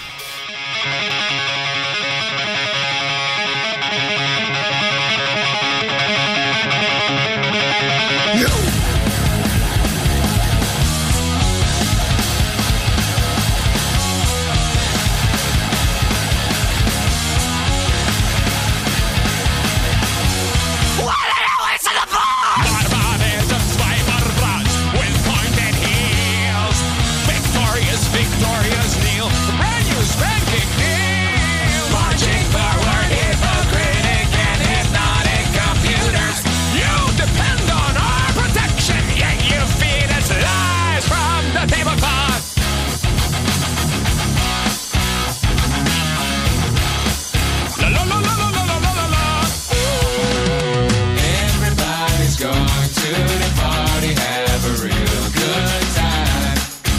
Victorious Neil, brand new spanking Neil, marching forward, hypocritic and hypnotic computers. You depend on our protection, yet you feed us lies from the tablecloth. La la la la la la la la la. Everybody's going to the party, have a real good time.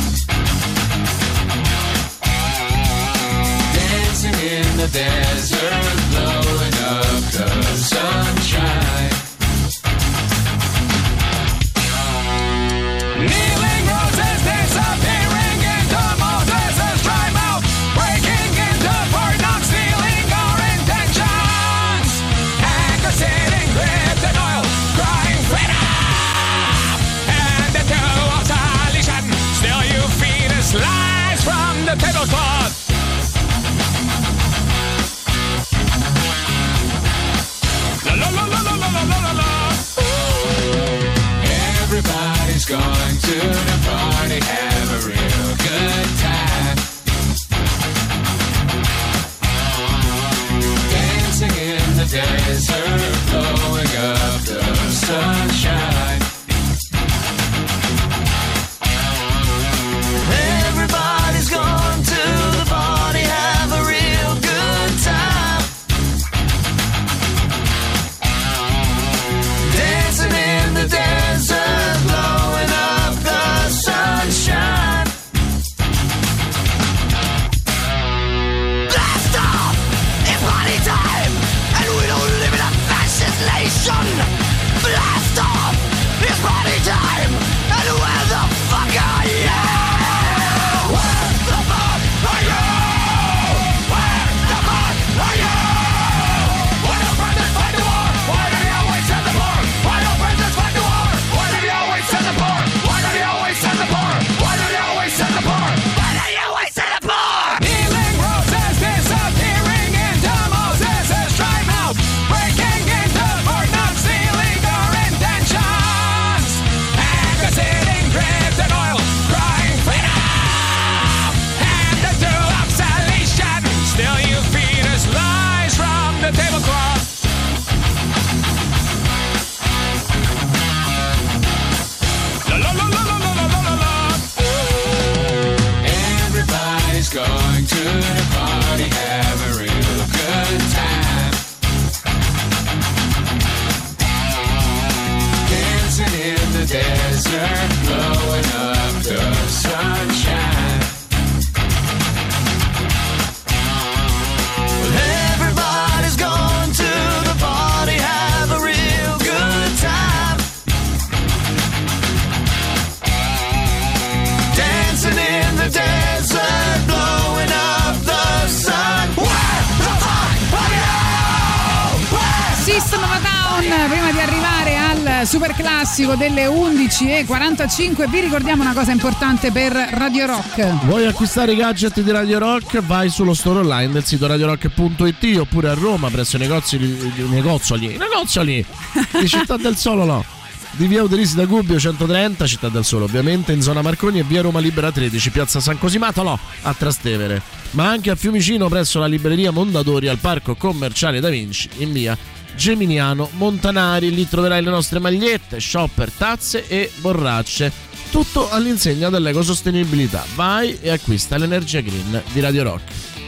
In the desert, blowing up the sunshine. Kneeling roses disappearing into Moses' dry mouth, breaking into Fort Knox, stealing our intentions. Anchor sitting, dripped in oil, crying freedom. And the two of salvation, still you feed us lies from the tablecloth. La la la la la la la la la. Everybody's going to the party, have a real good time. Dancing in the desert, blowing up the sunshine. Everybody's going to the party, have a real good time. Dancing in the desert, blowing up the sunshine. Blast off! It's party time! And we don't live in a fascist nation! Blast off! It's party time! And where the fuck are you? Where the fuck are you? Where the fuck are you? Why don't brothers fight the war? Why do you always send the poor? Why don't brothers fight the war? Why do you always send the poor? Why do you always send the poor? Why do you always send the poor? Why do you always send the poor? Kneeling roses disappearing into Moses' dry mouth, breaking into Fort Knox, stealing our intentions. Anchor sitting, dripped in oil, crying freedom. And the two of salvation, still you feed us lies from the tablecloth. La la la la la la la la la. Everybody's going to the party, have a real good time. Dancing in the desert, blowing up the sunshine. Well, everybody's going to the party, have a real good time. Dancing in the desert, blowing up the sun. Where the fuck are you? Where? System of a Down, prima di arrivare al super classico delle undici e quarantacinque, vi ricordiamo una cosa importante per Radio Rock. Vuoi acquistare i gadget di Radio Rock? Vai sullo store online del sito radio rock punto it oppure a Roma presso i negozi, i negozioli, i negozioli di Città del Solo, no. di via Uderisi da Gubbio centotrenta, Città del Sole ovviamente, in zona Marconi, e via Roma Libera tredici, piazza San Cosimatolo a Trastevere, ma anche a Fiumicino presso la libreria Mondadori, al parco commerciale Da Vinci in via Geminiano Montanari. Lì troverai le nostre magliette, shopper, tazze e borracce, tutto all'insegna dell'ecosostenibilità. Vai e acquista l'energia green di Radio Rock.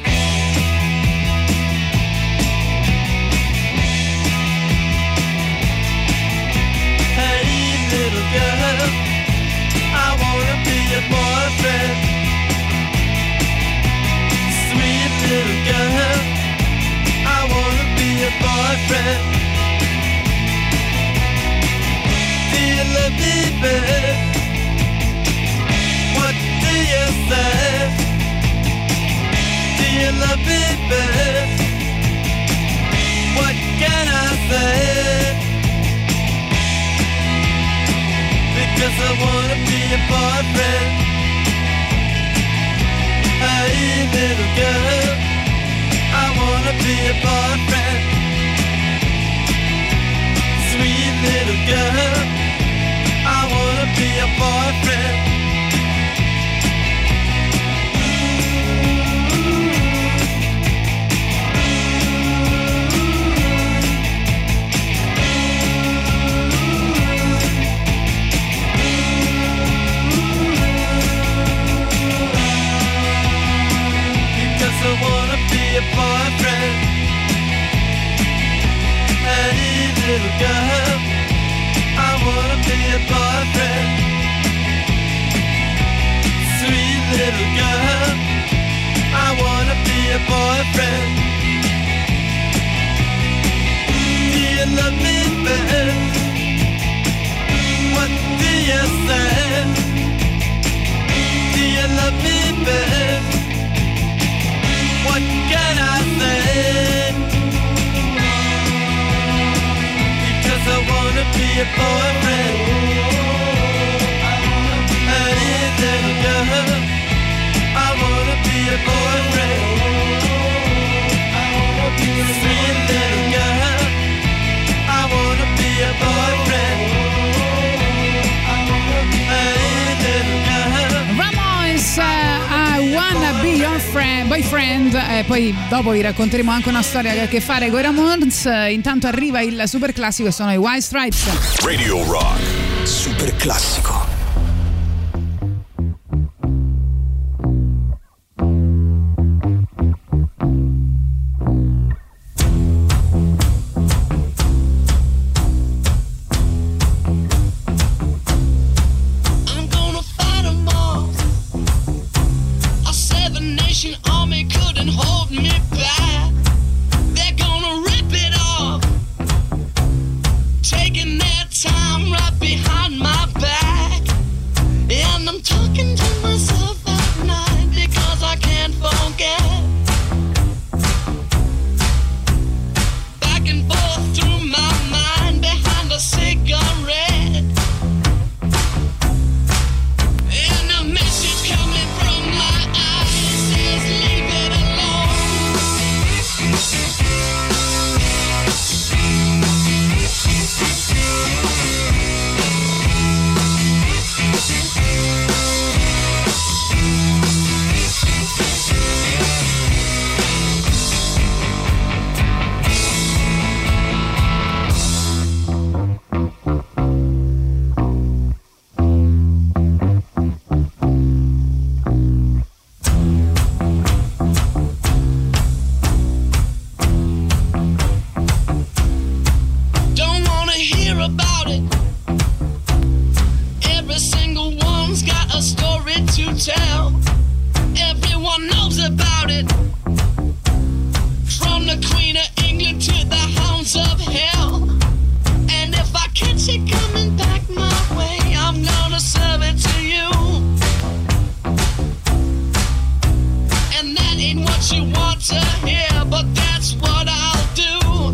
Boyfriend, do you love me, babe? What do you say? Do you love me, babe? What can I say? Because I wanna be your boyfriend. Hey, little girl, I wanna be your boyfriend. Sweet little girl, I wanna be your boyfriend. Because I wanna be your boyfriend. Hey little girl, I wanna be your boyfriend. Sweet little girl, I wanna be your boyfriend. Do you love me, babe? What do you say? Do you love me, babe? What can I say? Because I wanna be your boyfriend. Hey little girl, I wanna be your boyfriend. Sweet little girl, I wanna be your boyfriend. Hey little girl. Ramones, uh, I wanna be your friend, boyfriend. E poi dopo vi racconteremo anche una storia che ha a che fare con i Ramones. Intanto arriva il super classico e sono i White Stripes. Radio Rock Super classico. I'm gonna fight 'em all. A seven nation army couldn't hold me back. They're gonna rip it off, taking their time right behind my back. And I'm talking to myself at night because I can't forget. Back and forth through my mind behind a cigarette. And a message coming from my eyes says leave it alone. Don't wanna hear about it. Every single one's got a story to tell. Everyone knows about it. From the Queen of England to the hounds of hell. And if I catch it coming back my way, I'm gonna serve it to you. And that ain't what you want to hear, but that's what I'll do.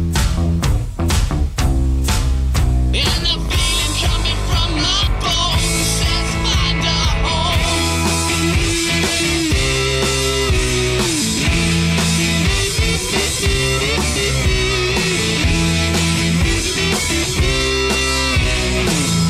And the feeling coming from my bones says find a home.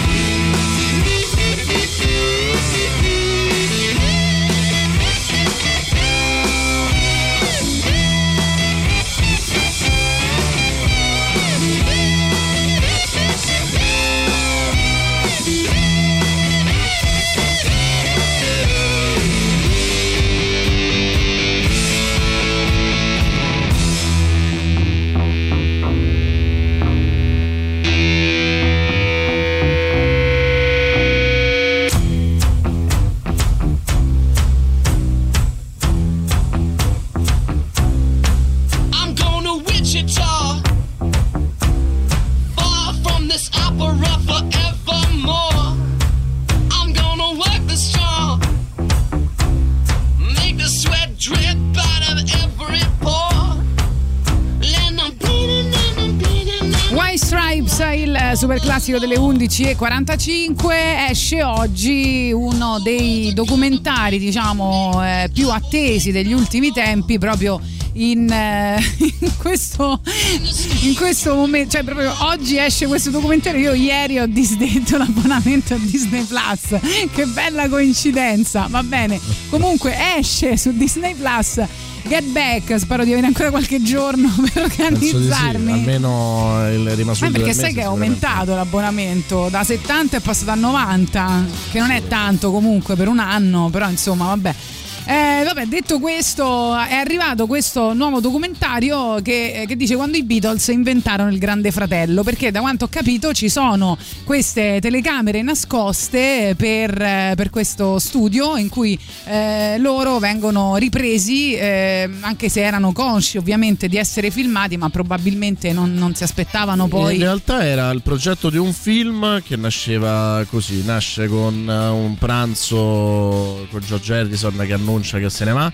super classico delle undici e quarantacinque. Esce oggi uno dei documentari, diciamo, eh, più attesi degli ultimi tempi, proprio in, eh, in questo in questo momento, cioè proprio oggi esce questo documentario. Io ieri ho disdetto l'abbonamento a Disney Plus, che bella coincidenza, va bene. Comunque esce su Disney Plus Get Back, spero di avere ancora qualche giorno per organizzarmi. Sì, almeno il rimasto. Ma perché sai che è aumentato l'abbonamento da settanta è passato a novanta, che non è tanto comunque per un anno, però insomma vabbè. Eh, vabbè, detto questo, è arrivato questo nuovo documentario che, che dice quando i Beatles inventarono il Grande Fratello, perché da quanto ho capito ci sono queste telecamere nascoste per, per questo studio in cui eh, loro vengono ripresi, eh, anche se erano consci ovviamente di essere filmati, ma probabilmente non, non si aspettavano poi. In realtà era il progetto di un film che nasceva così, nasce con un pranzo con George Harrison che annuncia che se ne va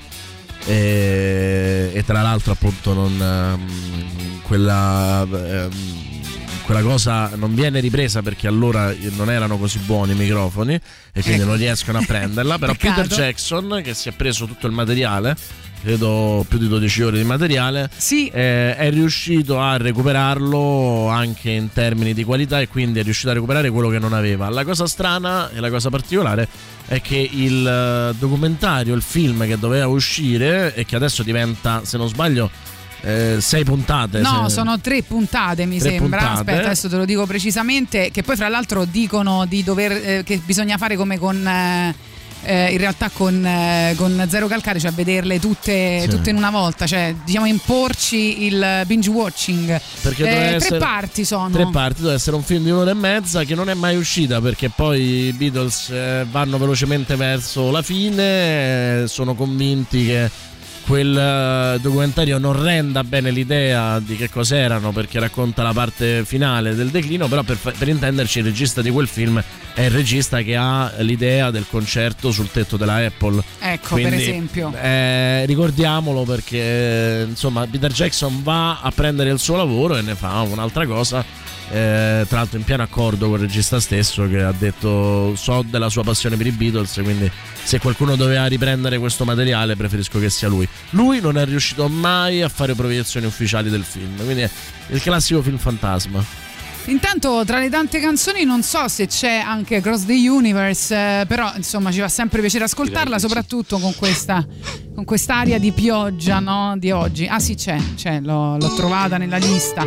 e, e tra l'altro appunto non quella quella cosa non viene ripresa perché allora non erano così buoni i microfoni e quindi ecco, non riescono a prenderla. Però Peter Jackson, che si è preso tutto il materiale, credo più di dodici ore di materiale, sì. eh, è riuscito a recuperarlo anche in termini di qualità e quindi è riuscito a recuperare quello che non aveva. La cosa strana e la cosa particolare è che il documentario, il film che doveva uscire e che adesso diventa, se non sbaglio, eh, sei puntate. No, se... sono tre puntate mi tre sembra. Puntate. Aspetta, adesso te lo dico precisamente. Che poi fra l'altro dicono di dover eh, che bisogna fare come con eh, eh, in realtà con, eh, con Zero Calcare, cioè vederle tutte, sì. tutte in una volta, cioè diciamo imporci il binge watching. Perché eh, tre essere, parti sono. Tre parti, deve essere un film di un'ora e mezza che non è mai uscita perché poi i Beatles eh, vanno velocemente verso la fine, eh, sono convinti che quel documentario non renda bene l'idea di che cos'erano perché racconta la parte finale del declino, però per, per intenderci il regista di quel film è il regista che ha l'idea del concerto sul tetto della Apple. Ecco, quindi, per esempio eh, ricordiamolo perché insomma Peter Jackson va a prendere il suo lavoro e ne fa un'altra cosa, eh, tra l'altro in pieno accordo con il regista stesso che ha detto so della sua passione per i Beatles, quindi se qualcuno doveva riprendere questo materiale preferisco che sia lui. Lui non è riuscito mai a fare proiezioni ufficiali del film, quindi è il classico film fantasma. Intanto tra le tante canzoni non so se c'è anche Cross the Universe, eh, però insomma ci fa sempre piacere ascoltarla, soprattutto con questa con quest'aria di pioggia, no? Di oggi. Ah sì, c'è, c'è, l'ho, l'ho trovata nella lista.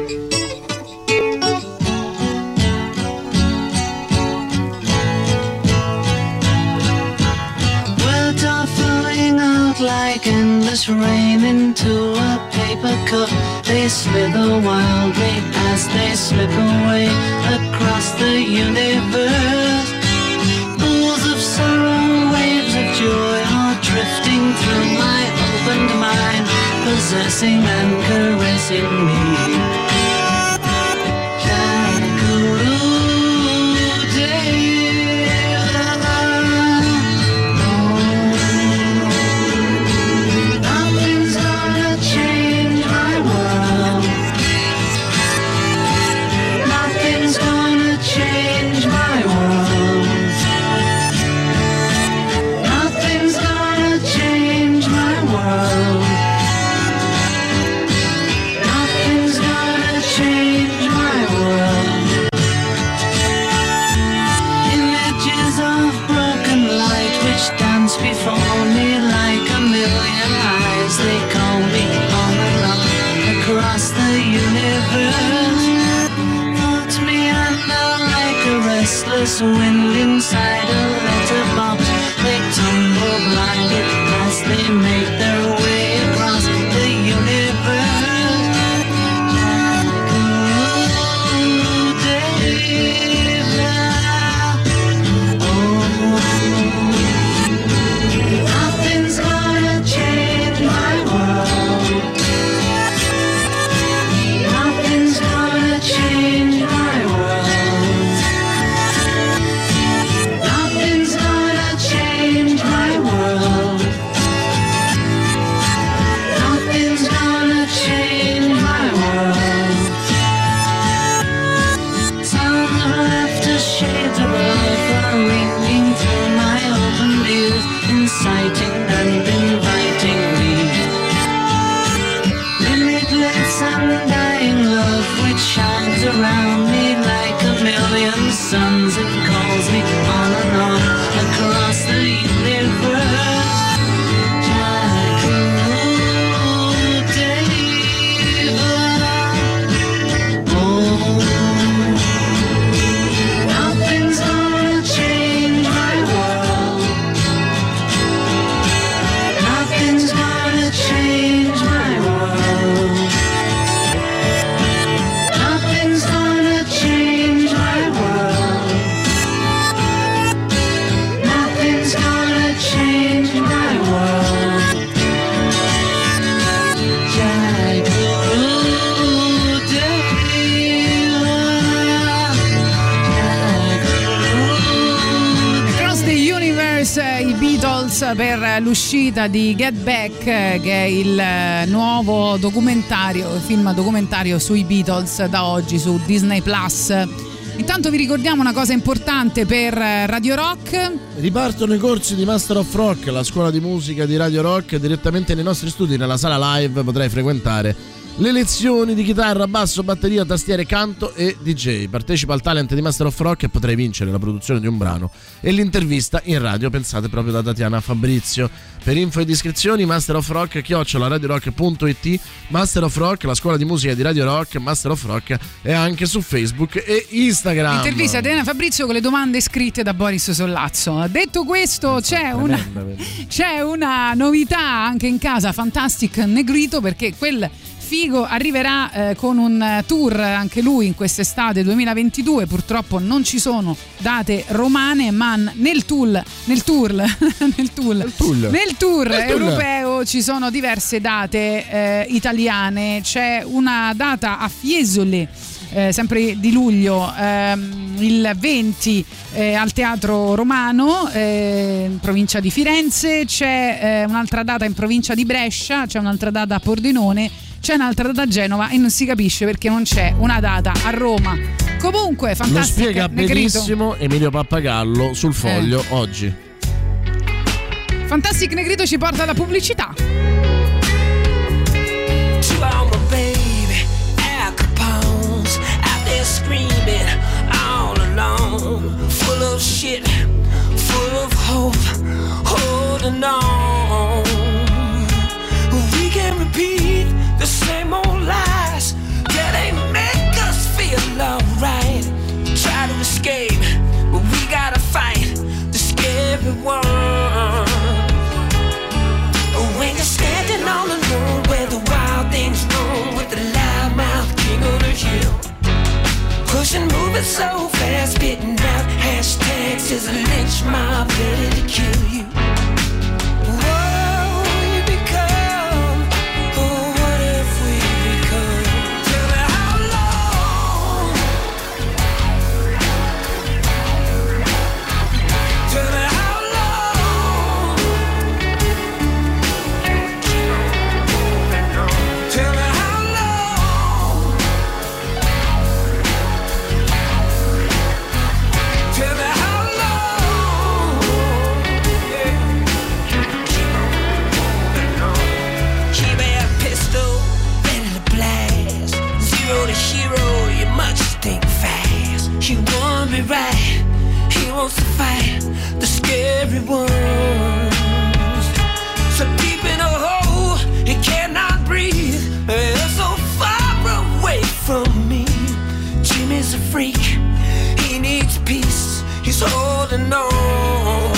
Like endless rain into a paper cup, they slither wildly as they slip away across the universe. Pools of sorrow, waves of joy are drifting through my opened mind, possessing and caressing me. Before me like a million eyes, they call me on and on across the universe. Float me under like a restless wind inside a letterbox. They tumble blinded as they make their way across the universe. Beatles per l'uscita di Get Back, che è il nuovo documentario, film documentario sui Beatles da oggi su Disney Plus. Intanto vi ricordiamo una cosa importante per Radio Rock. Ripartono i corsi di Master of Rock, la scuola di musica di Radio Rock. Direttamente nei nostri studi, nella sala live, potrai frequentare le lezioni di chitarra, basso, batteria, tastiere, canto e D J. Partecipa al talent di Master of Rock e potrai vincere la produzione di un brano e l'intervista in radio, pensate proprio da Tatiana Fabrizio. Per info e iscrizioni Master of Rock chiocciola radiorock punto it. Master of Rock, la scuola di musica di Radio Rock. Master of Rock è anche su Facebook e Instagram. Intervista Tatiana Fabrizio con le domande scritte da Boris Sollazzo. Detto questo, c'è una, c'è una novità anche in casa Fantastic Negrito, perché quel figo arriverà eh, con un tour anche lui in quest'estate duemilaventidue. Purtroppo non ci sono date romane, ma nel tour nel tour nel tour nel tour, nel tour nel europeo ci sono diverse date eh, italiane. C'è una data a Fiesole, eh, sempre di luglio, ehm, il venti eh, al Teatro Romano, eh, in provincia di Firenze. C'è eh, un'altra data in provincia di Brescia, c'è un'altra data a Pordenone, c'è un'altra data a Genova e non si capisce perché non c'è una data a Roma. Comunque, fantastico. Lo spiega benissimo Emilio Pappagallo sul Foglio eh. oggi. Fantastic Negrito ci porta alla pubblicità. Full of shit, full of hope, holding on. We can repeat the same old lies that ain't make us feel alright. Try to escape, but we gotta fight the scary one. When you're standing all alone where the wild things roam with the loudmouth king on the hill, pushing, moving so fast, spitting out hashtags as a lynch mob ready to kill you. Whoa, you become, oh, what have we become? Tell me how long? Tell me how long? Tell me how long? Tell me how long? Yeah. Keep on. Keep a pistol ready to blast. Zero to hero, you must think fast. He won't be right. He wants to fight the scary ones. So deep in a hole, he cannot breathe. They're so far away from me. Jimmy's a freak. He needs peace. He's holding on.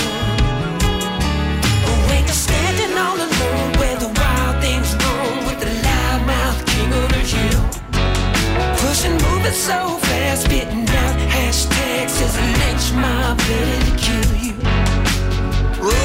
When you're standing all alone where the wild things roam with the loudmouth king on the hill, pushing, moving so fast, spitting out hashtags as a lynch mob ready to kill you. Whoa,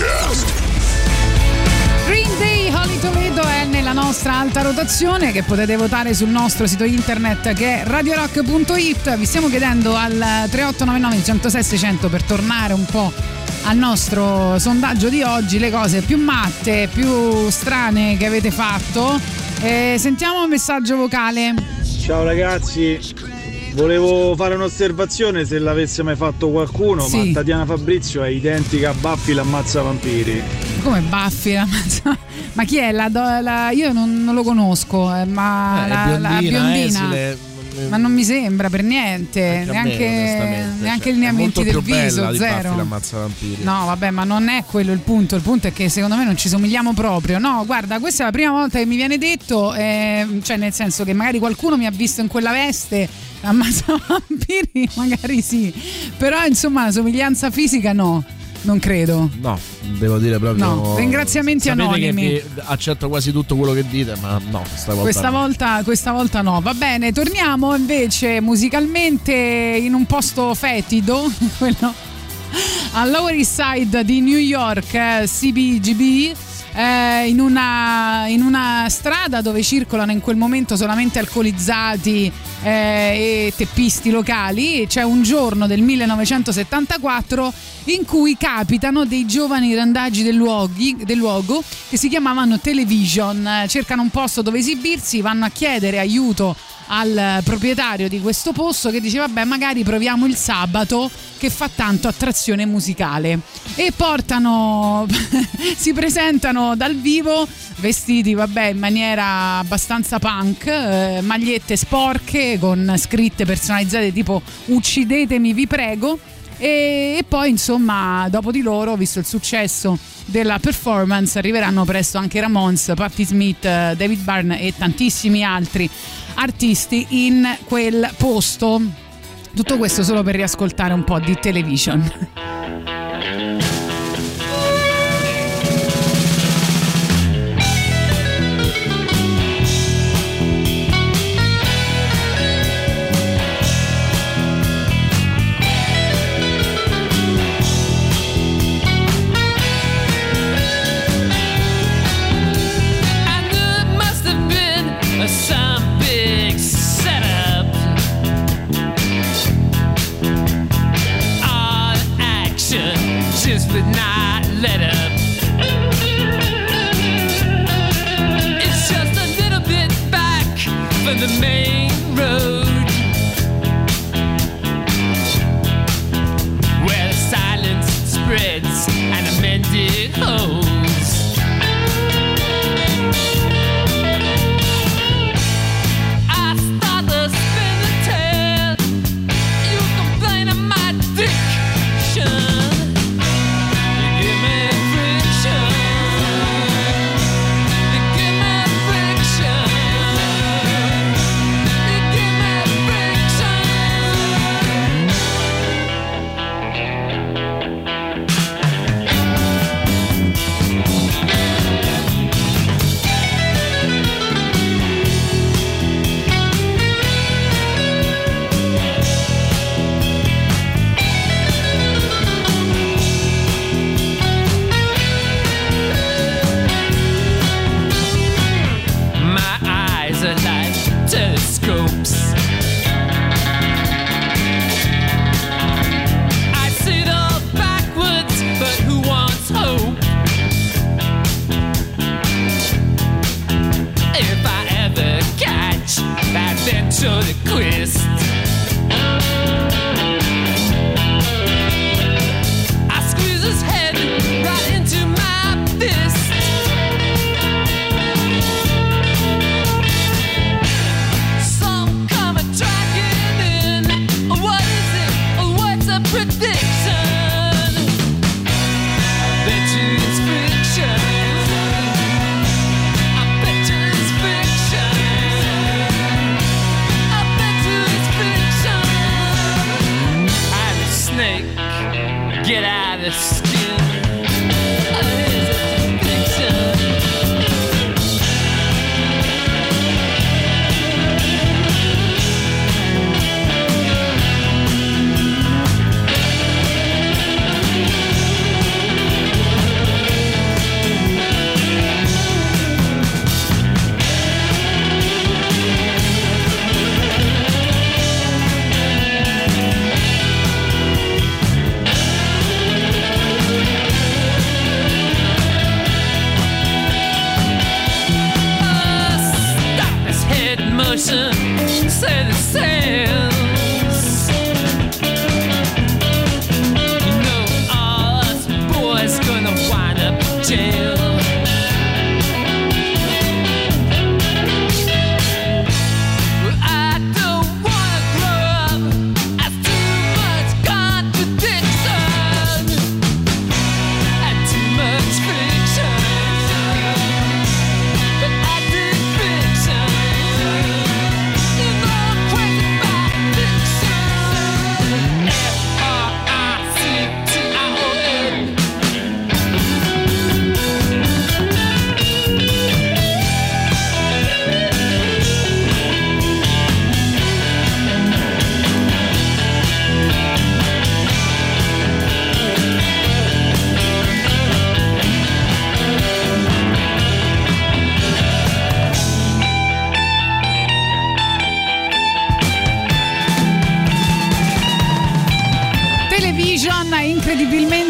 Podcast. Green Day, Holly Toledo è nella nostra alta rotazione che potete votare sul nostro sito internet che è radio rock punto it. Vi stiamo chiedendo al tre otto nove nove uno zero sei sei zero zero per tornare un po' al nostro sondaggio di oggi le cose più matte, più strane che avete fatto. E sentiamo un messaggio vocale. Ciao ragazzi, volevo fare un'osservazione se l'avesse mai fatto qualcuno, Sì. ma Tatiana Fabrizio è identica a Buffy l'ammazza vampiri. Come Buffy? La... ma chi è? La, la... Io non, non lo conosco, eh, ma Eh, la, biondina, la biondina. esile, Ma non mi sembra per niente, anche a me, neanche, onestamente, neanche cioè, i lineamenti è del molto più viso, bella di zero. Buffy l'ammazza vampiri. No, vabbè, ma non è quello il punto. Il punto è che secondo me non ci somigliamo proprio. No, guarda, questa è la prima volta che mi viene detto, eh, cioè nel senso che magari qualcuno mi ha visto in quella veste, ammazza vampiri, magari sì. Però insomma la somiglianza fisica no, non credo. No, devo dire proprio. No, ringraziamenti sapete anonimi. Che vi accetto quasi tutto quello che dite, ma no, questa volta Questa no. volta, questa volta no. Va bene, torniamo invece musicalmente in un posto fetido, quello al Lower East Side di New York, eh, C B G B. Eh, in, una, in una strada dove circolano in quel momento solamente alcolizzati eh, e teppisti locali. C'è un giorno del millenovecentosettantaquattro in cui capitano dei giovani randaggi del, luoghi, del luogo che si chiamavano Television. Cercano un posto dove esibirsi, vanno a chiedere aiuto al proprietario di questo posto che dice vabbè magari proviamo il sabato che fa tanto attrazione musicale, e portano si presentano dal vivo vestiti vabbè in maniera abbastanza punk, eh, magliette sporche con scritte personalizzate tipo uccidetemi vi prego, e, e poi insomma dopo di loro, visto il successo della performance, arriveranno presto anche Ramones, Patti Smith, David Byrne e tantissimi altri artisti in quel posto. Tutto questo solo per riascoltare un po' di Television. Some big setup, all action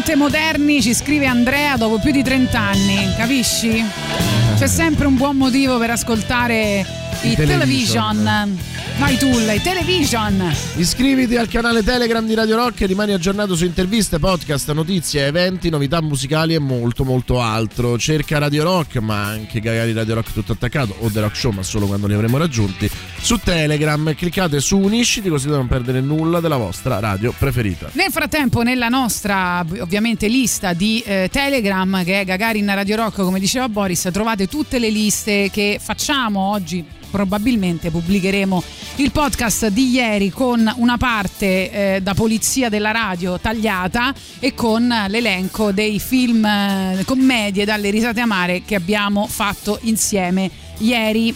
Siete moderni, ci scrive Andrea dopo più di trenta anni, capisci? C'è sempre un buon motivo per ascoltare i, I television. television. Vai tu, i television. Iscriviti al canale Telegram di Radio Rock e rimani aggiornato su interviste, podcast, notizie, eventi, novità musicali e molto molto altro. Cerca Radio Rock, ma anche Gagari Radio Rock tutto attaccato, o The Rock Show, ma solo quando li avremo raggiunti, su Telegram. Cliccate su Unisciti così da non perdere nulla della vostra radio preferita. Nel frattempo nella nostra ovviamente lista di eh, Telegram, che è Gagarin Radio Rock, come diceva Boris, trovate tutte le liste che facciamo oggi. Probabilmente pubblicheremo il podcast di ieri con una parte eh, da polizia della radio tagliata e con l'elenco dei film eh, commedie dalle risate amare che abbiamo fatto insieme ieri.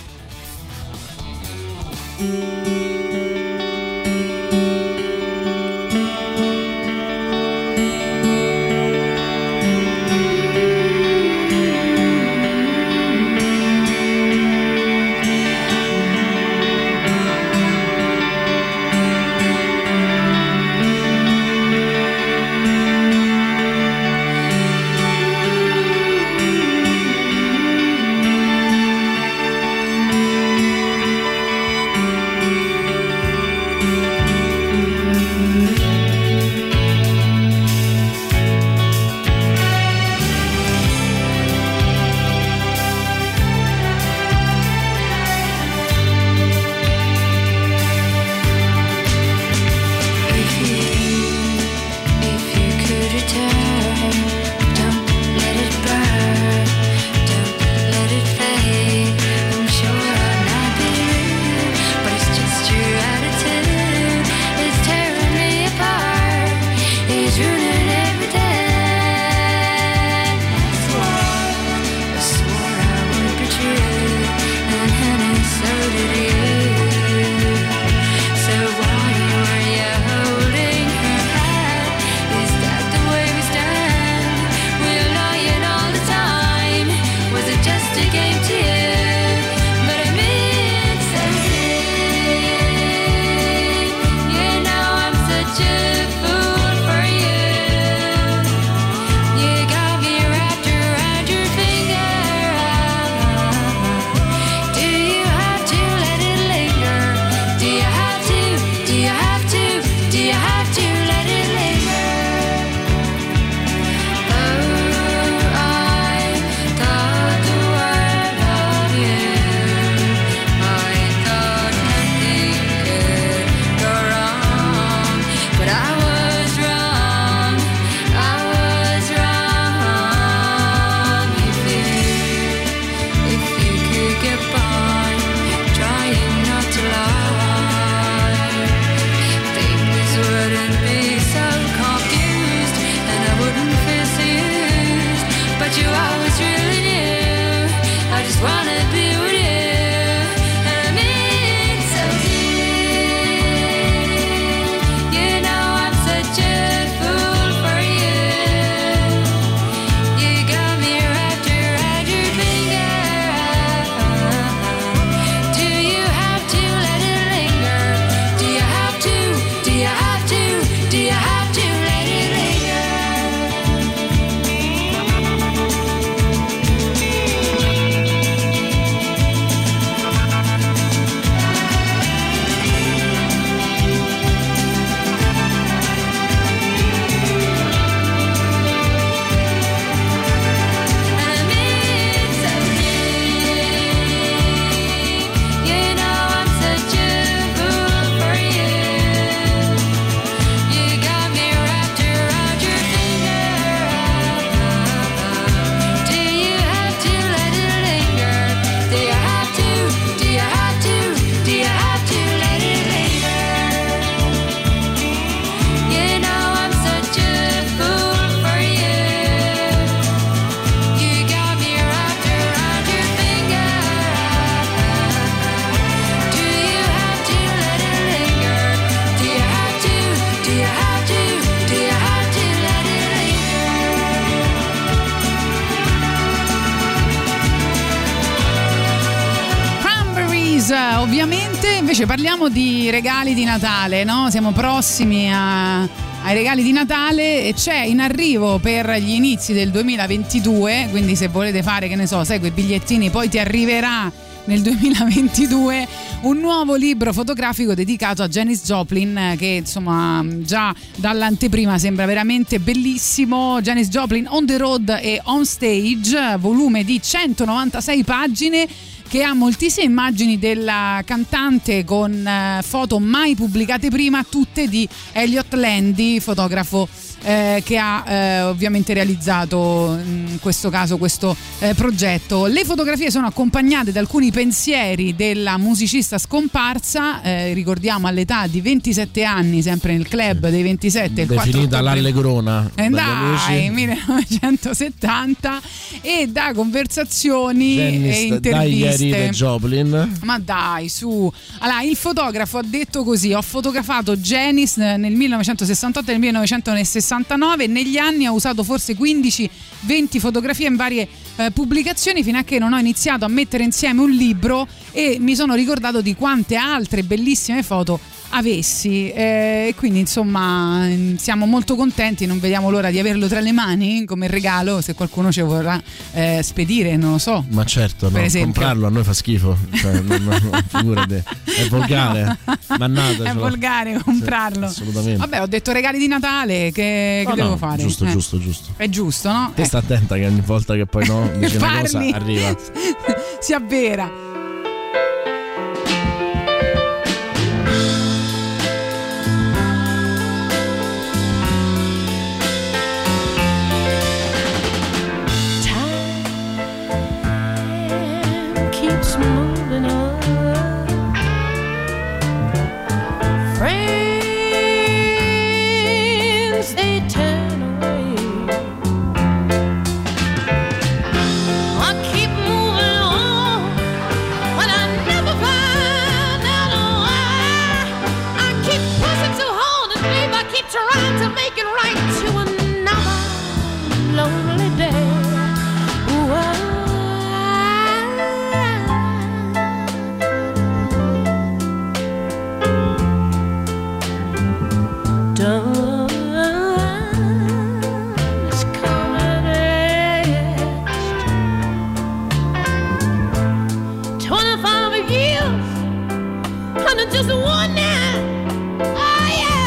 Ovviamente invece parliamo di regali di Natale, no? Siamo prossimi a, ai regali di Natale, e c'è in arrivo per gli inizi del duemilaventidue, quindi se volete fare, che ne so, sai, quei bigliettini, poi ti arriverà nel duemilaventidue un nuovo libro fotografico dedicato a Janis Joplin, che insomma già dall'anteprima sembra veramente bellissimo. Janis Joplin on the road e on stage, volume di centonovantasei pagine, che ha moltissime immagini della cantante con foto mai pubblicate prima, tutte di Elliot Landy, fotografo eh, che ha eh, ovviamente realizzato in questo caso questo eh, progetto. Le fotografie sono accompagnate da alcuni pensieri della musicista scomparsa, eh, ricordiamo all'età di ventisette anni, sempre nel club dei ventisette, il definita l'Allegrona eh, dai, millenovecentosettanta, e da conversazioni Janis, e interviste. Joplin. Ma dai, su. Allora, il fotografo ha detto così: ho fotografato Janis nel millenovecentosessantotto e nel millenovecentosessantanove, negli anni ho usato forse quindici venti fotografie in varie eh, pubblicazioni, fino a che non ho iniziato a mettere insieme un libro e mi sono ricordato di quante altre bellissime foto avessi, e eh, quindi insomma siamo molto contenti, non vediamo l'ora di averlo tra le mani come regalo, se qualcuno ci vorrà eh, spedire, non lo so. Ma certo, per no, esempio. comprarlo a noi fa schifo, cioè, non, non, figurati, è volgare, no. Mannata, è volgare comprarlo. Sì, assolutamente. Vabbè, ho detto regali di Natale, che, no, che devo no, fare? Giusto, eh. giusto, giusto. È giusto, no? Te eh. sta attenta che ogni volta che poi no dici una cosa arriva. Si avvera. Keeps moving on. Friends, they turn away. I keep moving on, but I never find out why. I keep pushing too hard, and babe, I keep trying to make it right to another lonely day. Ooh, dawn is coming next. Twenty-five years under just one night. Oh yeah.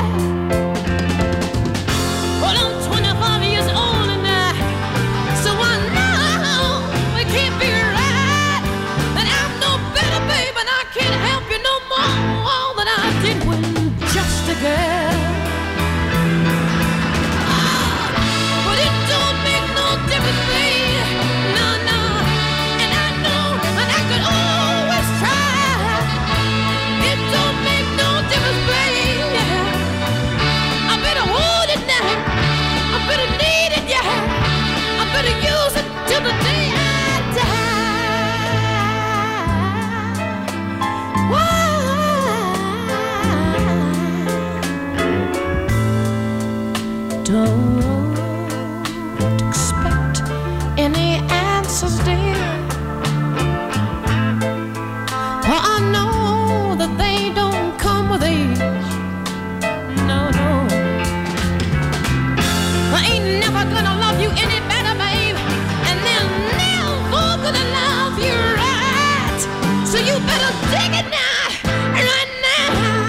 Well, I'm twenty-five years old now, so I know it can't be right that I'm no better, babe, and I can't help you no more than I did when just a girl. But it don't make no difference, babe. No, no. And I know, and I could always try. It don't make no difference, babe. I better hold it now. I better need it, yeah. I better use it till the day I die. Why? Don't expect any answers, dear. For I know that they don't come with age. No, no. I ain't never gonna love you any better, babe, and they're never gonna love you right. So you better dig it now, right now.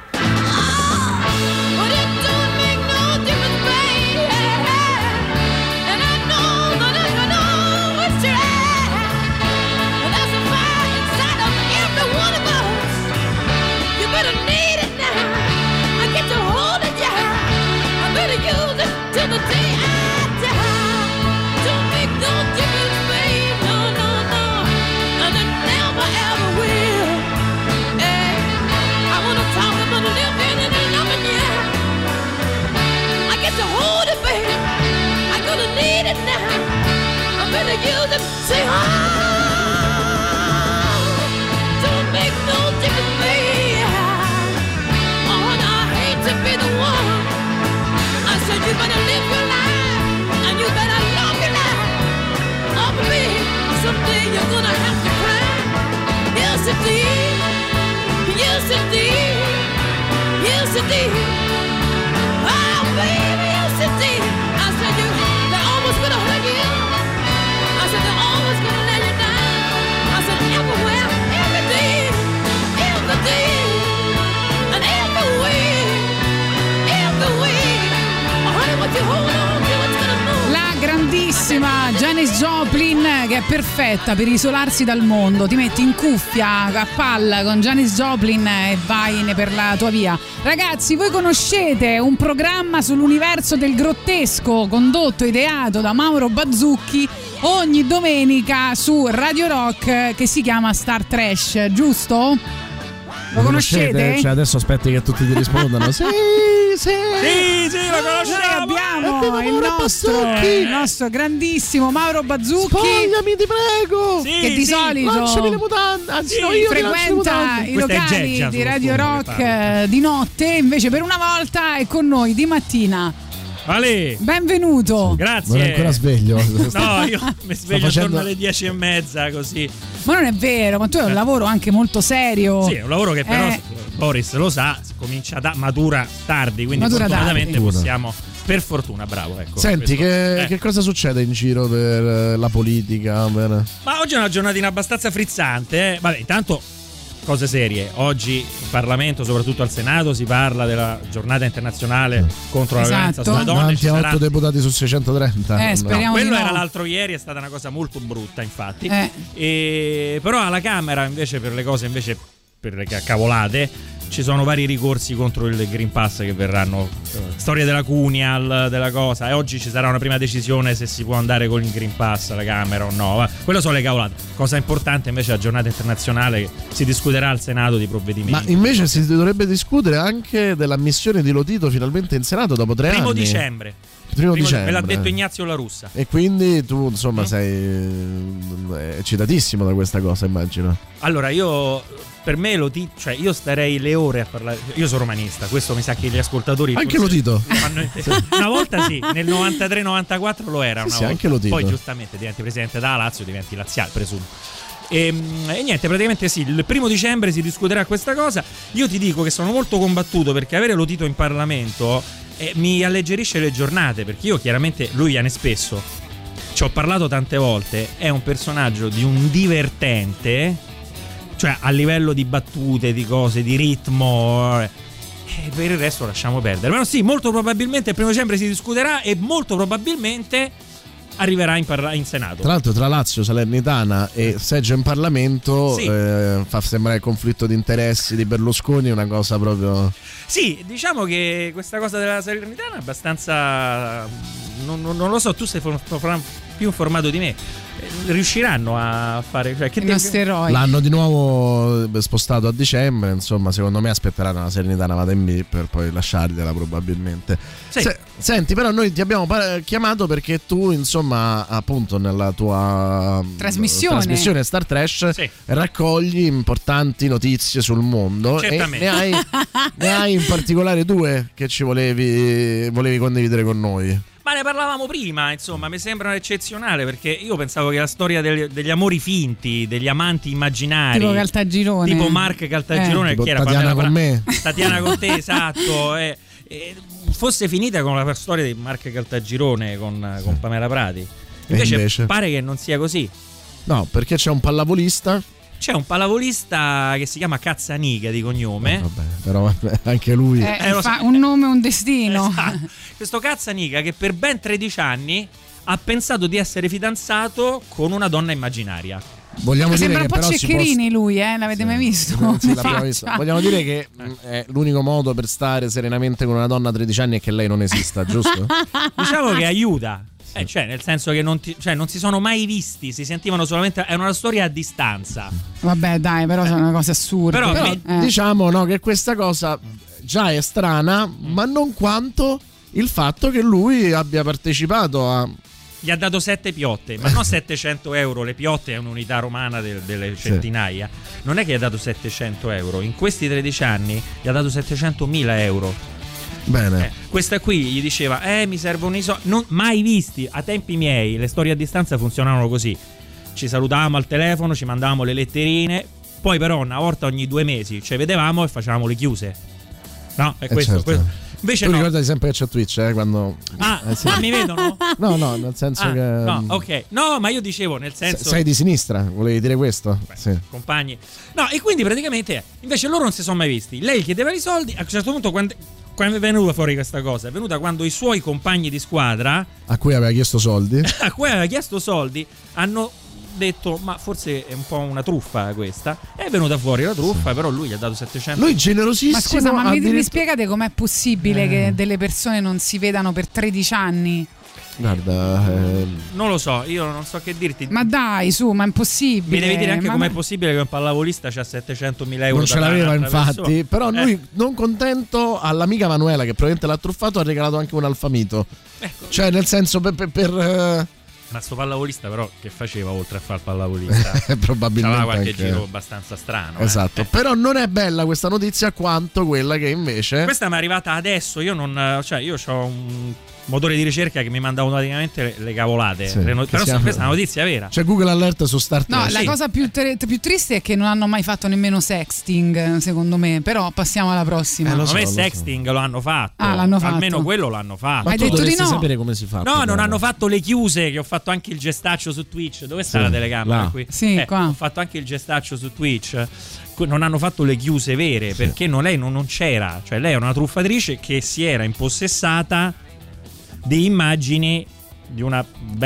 But it don't make no difference, babe. And I know that I can always try. But there's a fire inside of every one of us. You better need it now. I get to hold it, yeah. I better use it till the day I die. Don't make no difference, babe. No, no, no. And it never ever will. Hey, I wanna talk about living and loving you. I get to hold it, baby. I'm gonna need it now. I better use it. Say, oh, don't make no difference, baby. Oh, and I hate to be the one. I said you better live your life and you better love your life. Oh, baby, someday you're gonna have to cry. Yes, indeed. Yes, indeed. Yes, indeed. Oh, Janis Joplin, che è perfetta per isolarsi dal mondo. Ti metti in cuffia a palla con Janis Joplin e vai per la tua via. Ragazzi, voi conoscete un programma sull'universo del grottesco condotto, ideato da Mauro Bazzucchi ogni domenica su Radio Rock, che si chiama Star Trash, giusto? Lo conoscete? Cioè adesso aspetti che tutti ti rispondano. Sì, sì, sì, sì, lo conosciamo. Noi abbiamo il nostro, il nostro grandissimo Mauro Bazzucchi. Spogliami, ti prego. Sì, che di sì, solito lanciami le mutande. Anzi, sì, no, io frequenta i Questa locali Geggia, di Radio Rock parla. di notte. Invece per una volta è con noi di mattina. Ale. Benvenuto. Grazie. Non è ancora sveglio. No, io mi sveglio facendo... attorno alle dieci e mezza così. Ma non è vero, ma tu hai un lavoro anche molto serio. Sì, è un lavoro che però Eh. Boris lo sa, comincia da matura tardi, quindi Matura fortunatamente tardi. possiamo, per fortuna, bravo, ecco. Senti, questo- che, eh. che cosa succede in giro per eh, la politica? Per... Ma oggi è una giornatina abbastanza frizzante, eh. Vabbè, intanto cose serie. Oggi in Parlamento, soprattutto al Senato, si parla della giornata internazionale contro la violenza Esatto. sulle donne. Davanti Ci a sarà... otto deputati su seicentotrenta. Eh, speriamo Quello di no. era l'altro ieri, è stata una cosa molto brutta, infatti. Eh. E, però alla Camera, invece, per le cose invece per le cavolate, ci sono vari ricorsi contro il Green Pass che verranno. eh, Storia della Cunial, della cosa. E oggi ci sarà una prima decisione se si può andare con il Green Pass alla Camera o no. Va, quello sono le cavolate. Cosa importante invece è la giornata internazionale, si discuterà al Senato di provvedimenti. Ma invece si dovrebbe discutere anche dell'ammissione di Lotito finalmente in Senato dopo tre Primo anni. dicembre. Primo, Primo- dicembre. Me l'ha detto Ignazio La Russa. E quindi tu, insomma, Mm. sei eccitatissimo da questa cosa, immagino. Allora, io per me Lotito, cioè io starei le ore a parlare. Io sono romanista, questo mi sa che gli ascoltatori Anche forse Lotito. fanno- Una volta sì, nel novantatré novantaquattro lo era. Sì, Una sì, volta. anche Lotito. Poi giustamente diventi presidente della Lazio, diventi laziale, presumo. E, e niente, praticamente sì, il primo dicembre si discuterà questa cosa. Io ti dico che sono molto combattuto perché avere Lotito in Parlamento eh, mi alleggerisce le giornate, perché io chiaramente lui viene spesso, ci ho parlato tante volte, è un personaggio di un divertente, cioè a livello di battute, di cose, di ritmo, eh, e per il resto lasciamo perdere. Però sì, molto probabilmente il primo dicembre si discuterà e molto probabilmente arriverà in, parla- in Senato. Tra l'altro, tra Lazio, Salernitana e seggio in Parlamento, Sì. eh, fa sembrare il conflitto di interessi di Berlusconi una cosa proprio. Sì, diciamo che questa cosa della Salernitana è abbastanza. Non, non- non lo so, tu sei for- for- più informato di me. Eh, Riusciranno a fare. Cioè, che I nostri eroi. L'hanno di nuovo eh, spostato a dicembre. Insomma, secondo me aspetteranno la Salernitana vada in B per poi lasciargliela probabilmente. Sì. Se- senti, però noi ti abbiamo par- chiamato perché tu, insomma, appunto nella tua mm, Trasmissione. trasmissione Star Trash Sì. raccogli importanti notizie sul mondo. Certamente. E ne hai, ne hai in particolare due che ci volevi, volevi condividere con noi. Ma ne parlavamo prima, insomma, mi sembrano eccezionale perché io pensavo che la storia degli, degli amori finti, degli amanti immaginari, Tipo Caltagirone. tipo Mark Caltagirone, Eh. Tipo che era Tatiana Pamela con Pra- me. Tatiana con te, esatto, eh, eh, fosse finita con la storia di Mark Caltagirone con, con Pamela Prati. Invece, invece? pare che non sia così. No, perché c'è un pallavolista. C'è un pallavolista che si chiama Cazzaniga di cognome. Eh, vabbè, però vabbè, anche lui. Eh, Eh, lo fa so. un nome, un destino. Esatto. Questo Cazzaniga che per ben tredici anni ha pensato di essere fidanzato con una donna immaginaria. Vogliamo dire Sembra che un po' però si Ceccherini lui, eh? L'avete mai visto? può... sì, In l'abbiamo faccia. visto. Vogliamo dire che mh, è l'unico modo per stare serenamente con una donna a tredici anni è che lei non esista, giusto? Diciamo che aiuta. Eh, cioè, nel senso che non, ti- cioè, non si sono mai visti, si sentivano solamente. È una storia a distanza. Vabbè, dai, però sono una cosa assurda. Però- Eh. Però, Diciamo no, che questa cosa già è strana, ma non quanto il fatto che lui abbia partecipato a... Gli ha dato sette piotte, ma non settecento euro. Le piotte è un'unità romana del- delle centinaia. Non è che gli ha dato settecento euro. In questi tredici anni gli ha dato settecentomila euro. Bene. Eh, questa qui gli diceva: Eh, mi servono i soldi. Non mai visti. A tempi miei le storie a distanza funzionavano così. Ci salutavamo al telefono, ci mandavamo le letterine. Poi, però, una volta ogni due mesi ci vedevamo e facevamo le chiuse. No, è Eh, questo. certo. questo. Invece tu no. ricordati sempre che c'è Twitch, eh, quando... Ah, eh, sì. ah, mi vedono? No, no, nel senso Ah, che... no, ok. No, ma io dicevo nel senso. Sei di sinistra, volevi dire questo? Beh, Sì. compagni. No, e quindi praticamente invece loro non si sono mai visti. Lei chiedeva i soldi, a un certo punto quando, quando è venuta fuori questa cosa? È venuta quando i suoi compagni di squadra, a cui aveva chiesto soldi, a cui aveva chiesto soldi, hanno detto ma forse è un po' una truffa questa. È venuta fuori la truffa, sì. Però lui gli ha dato settecento. Lui generosissimo. Ma scusa, ma mi, addirittura... mi spiegate com'è possibile eh. che delle persone non si vedano per tredici anni? Guarda, eh... non lo so, io non so che dirti. Ma dai, su, ma è impossibile. Mi devi dire anche ma com'è ma... possibile che un pallavolista c'ha settecentomila euro. Non ce l'aveva infatti, persona. però lui, eh. non contento, all'amica Manuela, che probabilmente l'ha truffato, ha regalato anche un alfamito. Ecco. Cioè, nel senso, per... per, per uh... Ma sto pallavolista però che faceva oltre a fare il pallavolista? Probabilmente aveva qualche anche... giro abbastanza strano. Esatto, eh. però non è bella questa notizia quanto quella che invece... Questa mi è arrivata adesso, io non... Cioè, io ho un motore di ricerca che mi manda automaticamente le, le cavolate. Sì, le not- però siamo... questa è una notizia vera. C'è Google Alert su Star Trek. No, la sì. cosa più, tre- più triste è che non hanno mai fatto nemmeno sexting, secondo me. Però passiamo alla prossima. Eh, lo so, me lo sexting so. lo hanno fatto. Ah, l'hanno fatto. Almeno quello l'hanno fatto. Ma Hai tu detto di dovresti no? sapere come si fa. No, però. non hanno fatto le chiuse, che ho fatto anche il gestaccio su Twitch. Dove sta Sì, la telecamera là. qui? Sì, Eh, qua. Ho fatto anche il gestaccio su Twitch. Non hanno fatto le chiuse vere, Sì. perché non, lei non, non c'era. Cioè lei era una truffatrice che si era impossessata di immagini di una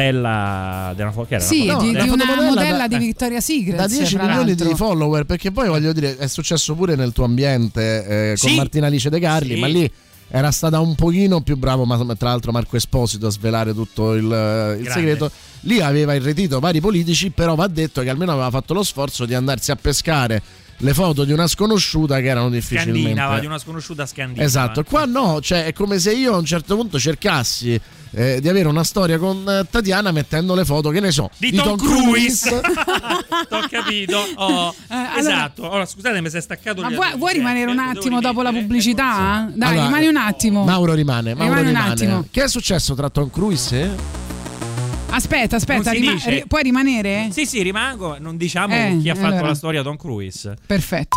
bella di una, fo- che era Sì, una, di, foto- di una fotomodella modella da- di Victoria's Secret. Da dieci milioni di follower, perché poi voglio dire, è successo pure nel tuo ambiente eh, con Sì. Martina Alice De Carli, Sì. ma lì era stata un pochino più bravo, ma tra l'altro Marco Esposito, a svelare tutto il, il segreto. Lì aveva irretito vari politici, però va detto che almeno aveva fatto lo sforzo di andarsi a pescare le foto di una sconosciuta che erano difficilmente scandinava, di una sconosciuta scandinava. Esatto, qua no, cioè è come se io a un certo punto cercassi eh, di avere una storia con eh, Tatiana mettendo le foto, che ne so, di, di Tom, Tom Cruise. Cruise. T'ho capito. Oh, Eh, allora- esatto. Ora scusate, mi si è staccato Ma il vuoi, vuoi rimanere un Devo attimo dopo la rimettere? pubblicità? Dai, Allora, rimani un attimo. Mauro rimane, Mauro Rimani un rimane. attimo. Che è successo tra Tom Cruise? Aspetta, aspetta, Non si rima- dice. ri- puoi rimanere? Sì, sì, rimango. Non diciamo Eh, chi ha fatto allora. la storia Tom Cruise. Perfetto.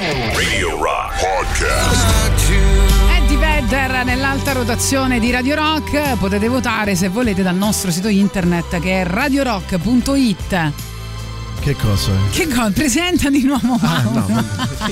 Radio Rock Podcast. Eddie Vedder nell'alta rotazione di Radio Rock. Potete votare se volete dal nostro sito internet che è radio rock punto it. Che cosa? Che cosa? Presenta di nuovo Ah, no, Mauro.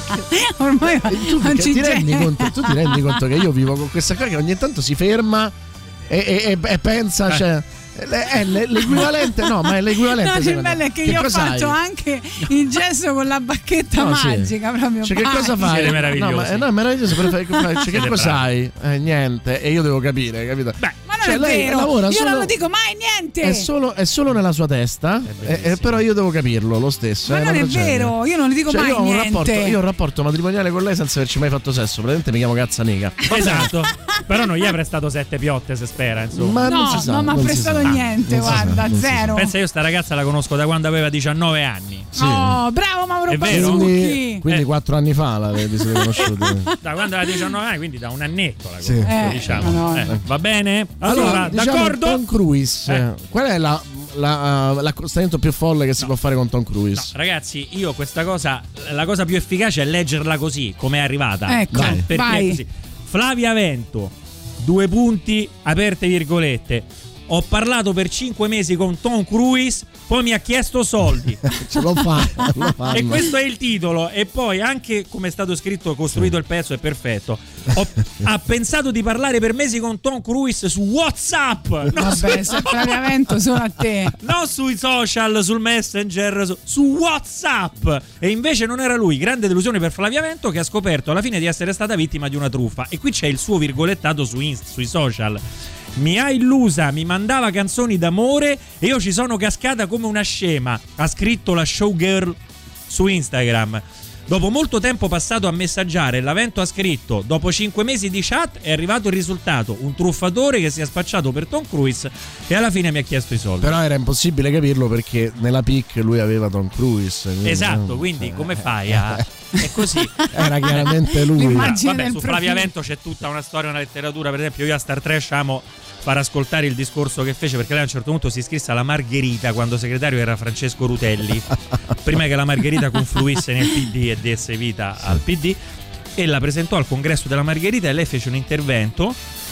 Ormai Tu, non ci ti rendi c'è. conto, tu ti rendi conto che io vivo con questa qua che ogni tanto si ferma e, e- e- e pensa, cioè, è l'equivalente, no, ma è l'equivalente. No, il secondo bello me. è che, io ho cosa fatto hai? anche il gesto con la bacchetta No, sì. magica, proprio. Cioè, che vai. cosa fai? Siete meravigliosi. No, ma, no, è meraviglioso. però fai- fai- cioè, che Siete cosa bravi. hai? Eh, niente. E io devo capire, capito? Beh, Ma non Cioè, è lei vero, lavora io solo- non lo dico mai niente. È solo, è solo nella sua testa, eh, eh, però io devo capirlo lo stesso. Ma è non una è tragedia. vero, io non le dico Cioè, mai io ho un niente. rapporto, io ho un rapporto matrimoniale con lei senza averci mai fatto sesso. Praticamente mi chiamo Cazzanica. esatto. Però non gli ha prestato sette piotte, se spera, insomma. Ma non No, si sa, non mi ha non si prestato sa. niente, Non si sa, guarda, non si sa. zero. Pensa, io sta ragazza la conosco da quando aveva diciannove anni. Sì. Oh, bravo Mauro È vero? Bazzucchi. Quindi, quindi Eh. quattro anni fa l'avete siete conosciuti. Da quando aveva diciannove anni, quindi da un annetto la Sì. conosco, Eh, diciamo. madonna. Eh, va bene? Allora, diciamo d'accordo? Tom Cruise. Eh. Qual è la, la, uh, l'accostamento più folle che si può fare con Tom Cruise? No, ragazzi, io questa cosa, la cosa più efficace è leggerla così, come è arrivata. Ecco, Cioè, perché vai. è così. Flavia Vento, due punti, aperte virgolette. Ho parlato per cinque mesi con Tom Cruise, poi mi ha chiesto soldi. Ce lo fa, lo fanno. E questo è il titolo. E poi anche come è stato scritto, costruito il pezzo è perfetto. Ho- ha pensato di parlare per mesi con Tom Cruise su WhatsApp. Non Vabbè, su- se Flaviavento solo a te. non sui social, sul Messenger, su, su WhatsApp. E invece non era lui. Grande delusione per Flaviavento, che ha scoperto alla fine di essere stata vittima di una truffa. E qui c'è il suo virgolettato su Inst- sui social. Mi ha illusa, mi mandava canzoni d'amore e io ci sono cascata come una scema, ha scritto la showgirl su Instagram. Dopo molto tempo passato a messaggiare, l'Avento ha scritto: dopo cinque mesi di chat è arrivato il risultato, un truffatore che si è spacciato per Tom Cruise e alla fine mi ha chiesto i soldi. Però era impossibile capirlo perché nella pic lui aveva Tom Cruise. quindi- Esatto, quindi come fai a... È così. Era chiaramente lui. L'immagine Vabbè, del su profilo. Flavia Vento c'è tutta una storia, una letteratura. Per esempio, io a Star Trash amo far ascoltare il discorso che fece, perché lei a un certo punto si iscrisse alla Margherita quando segretario era Francesco Rutelli, prima che la Margherita confluisse nel P D e desse vita al P D, e la presentò al congresso della Margherita e lei fece un intervento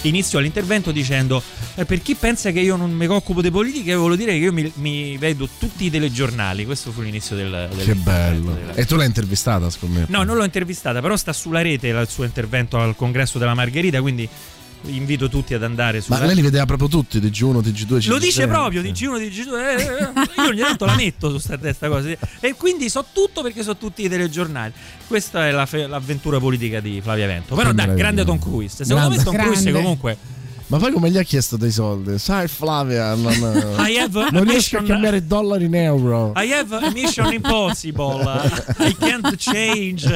inizio l'intervento dicendo eh, per chi pensa che io non mi occupo di politica, io volevo dire che io mi, mi vedo tutti i telegiornali. Questo fu l'inizio del, del che bello della... E tu l'hai intervistata, scommetto? No, non l'ho intervistata, però sta sulla rete il suo intervento al congresso della Margherita, quindi invito tutti ad andare sulla... Ma lei li vedeva proprio tutti, T G uno, T G due, T G tre. Lo dice proprio, T G uno, T G due, eh, io ogni tanto la metto su sta testa cosa. E quindi so tutto perché so tutti i telegiornali. Questa è la fe- l'avventura politica di Flavia Vento. Però dai, grande Tom Cruise. Secondo grande. me Tom Cruise Grande. comunque... Ma poi come gli ha chiesto dei soldi? Sai Flavia, non, I have a non riesco a mission- cambiare dollari in euro. I have a mission impossible. I can't change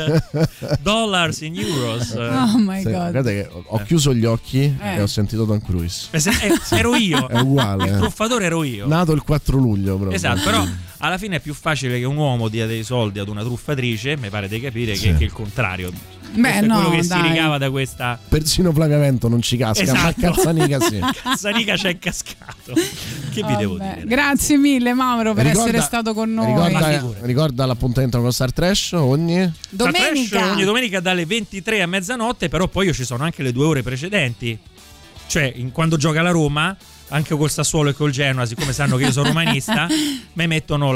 dollars in euros. Oh my Sì, god. guardate che ho, ho chiuso gli occhi Eh. e ho sentito Tom Cruise. Eh, se- eh, ero io. È uguale. Il eh. truffatore ero io. Nato il quattro luglio proprio. Esatto, però alla fine è più facile che un uomo dia dei soldi ad una truffatrice, mi pare di capire, Sì. che, che il contrario. Beh, Questo è no, quello che dai. si ricava da questa Persino Flavia Vento non ci casca, Esatto. ma Calzanica sì. Calzanica c'è cascato. Che vi devo Vabbè, dire? Grazie mille Mauro per Ricorda- essere stato con noi. Ricorda, ricorda l'appuntamento con Star Trash ogni Domenica. Trash ogni domenica dalle ventitré a mezzanotte, però poi io ci sono anche le due ore precedenti. Cioè, in- quando gioca la Roma, anche col Sassuolo e col Genoa, siccome sanno che io sono romanista, mi mettono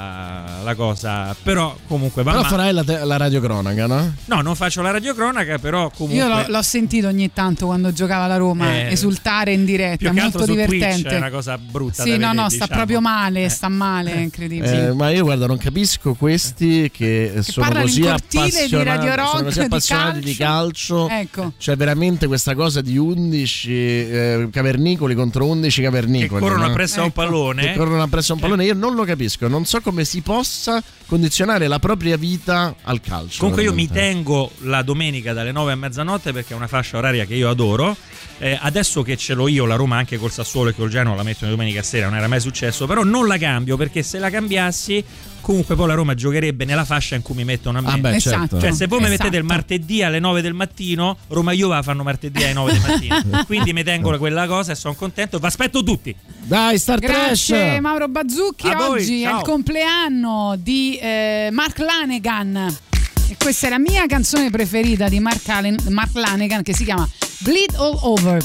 la, la cosa. Però comunque va Però ma- farai la, te- la radiocronaca, no? No, non faccio la radiocronaca, però comunque Io l'ho, l'ho sentito ogni tanto quando giocava la Roma Eh, esultare in diretta, più è che molto altro su divertente. Twitch è una cosa brutta Sì, da no, vedere, no, sta diciamo. proprio male, Eh. sta male, è incredibile. Eh, ma io guarda, non capisco questi che, sono parlano in così cortile di appassionati, Radio Rock, sono così di appassionati di calcio. Ecco. C'è veramente questa cosa di undici eh, cavernicoli contro undici cavernicoli Che corrono no? appresso a un pallone. Che corrono appresso a un pallone. Io non lo capisco, non so come si possa condizionare la propria vita al calcio. Comunque io mi veramente. tengo la domenica dalle nove a mezzanotte perché è una fascia oraria che io adoro. Eh, adesso che ce l'ho io la Roma anche col Sassuolo e col Genoa la metto domenica sera, non era mai successo, però non la cambio perché se la cambiassi comunque poi la Roma giocherebbe nella fascia in cui mi mettono a me. Ah beh, Esatto. certo. Cioè se voi mi Esatto. mettete il martedì alle nove del mattino, Roma Juve la fanno martedì alle nove del mattino. Quindi mi tengo quella cosa e sono contento. Vi aspetto tutti. Dai, Star Grazie Trash. Mauro Bazzucchi. A voi, Oggi è ciao. il compleanno di eh, Mark Lanegan e questa è la mia canzone preferita di Mark, Allen- Mark Lanegan che si chiama Bleed All Over.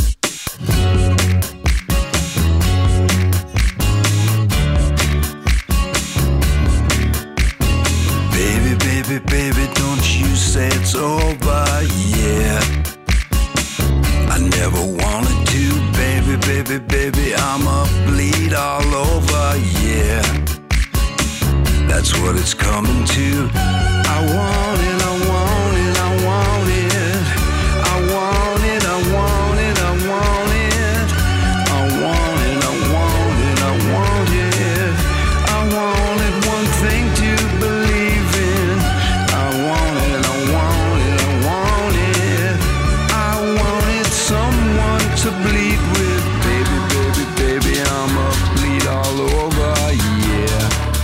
Baby, baby, baby, don't you say it's over, yeah. I never wanted to, baby, baby, baby, I'ma bleed all over, yeah. That's what it's coming to. I want it, I want it, I want it. I want it, I want it, I want it. I want it, I want it, I want it. I wanted one thing to believe in. I want it, I want it, I want it. I wanted someone to bleed with. Baby, baby, baby, I'ma bleed all over, yeah.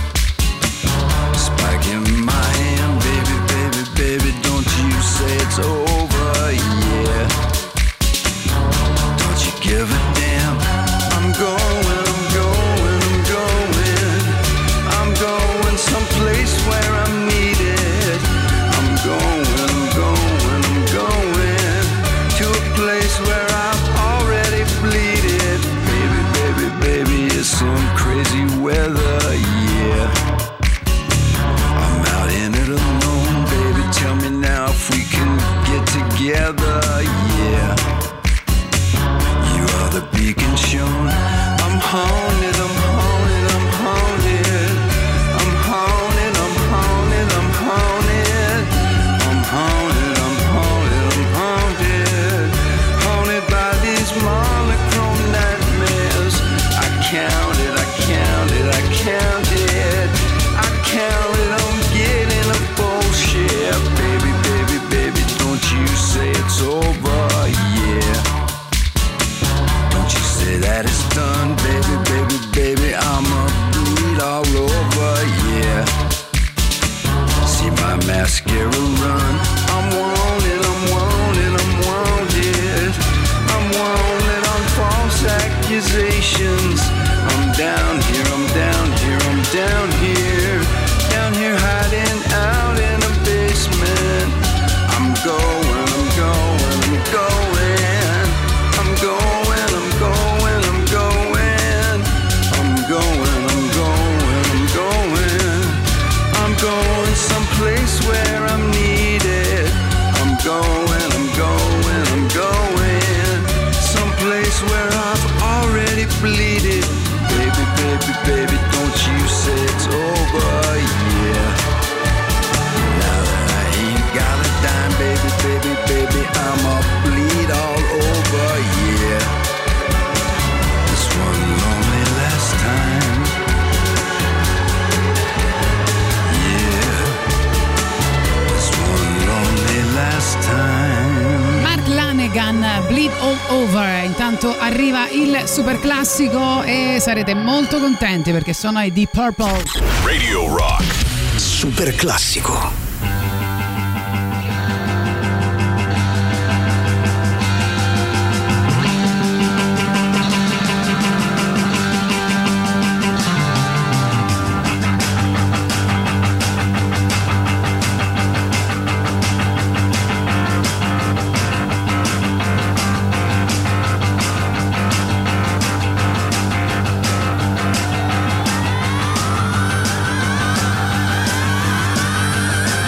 Spike in my hand, baby, baby, baby, don't you say it's over, yeah. Don't you give a damn. I'm going, I'm going, I'm going. I'm going someplace where I'm needed. I'm going, I'm going, I'm going to a place where I've already bleeded. Baby, baby, baby, it's some crazy weather, yeah. I'm out in it alone, baby. Tell me now if we can get together, yeah. You are the beacon shown. I'm haunted, I'm haunted, I'm haunted. I'm haunted, I'm haunted, I'm haunted. I'm haunted, I'm haunted, I'm haunted. Haunted by these monochrome nightmares. I counted, I counted, I counted. I counted on getting a bullshit. Baby, baby, baby, don't you say it's over, yeah. Don't you say that it's done, baby, baby, baby, I'ma bleed all over, yeah. See my mascara run. I'm wanted, I'm wanted, I'm wanted. I'm wanted on false accusations. I'm down here, I'm down here, I'm down here. Down here hiding out in a basement. I'm going, I'm going, I'm going. Bleed All Over. Intanto arriva il super classico e sarete molto contenti perché sono i Deep Purple. Radio Rock. Super classico. Thank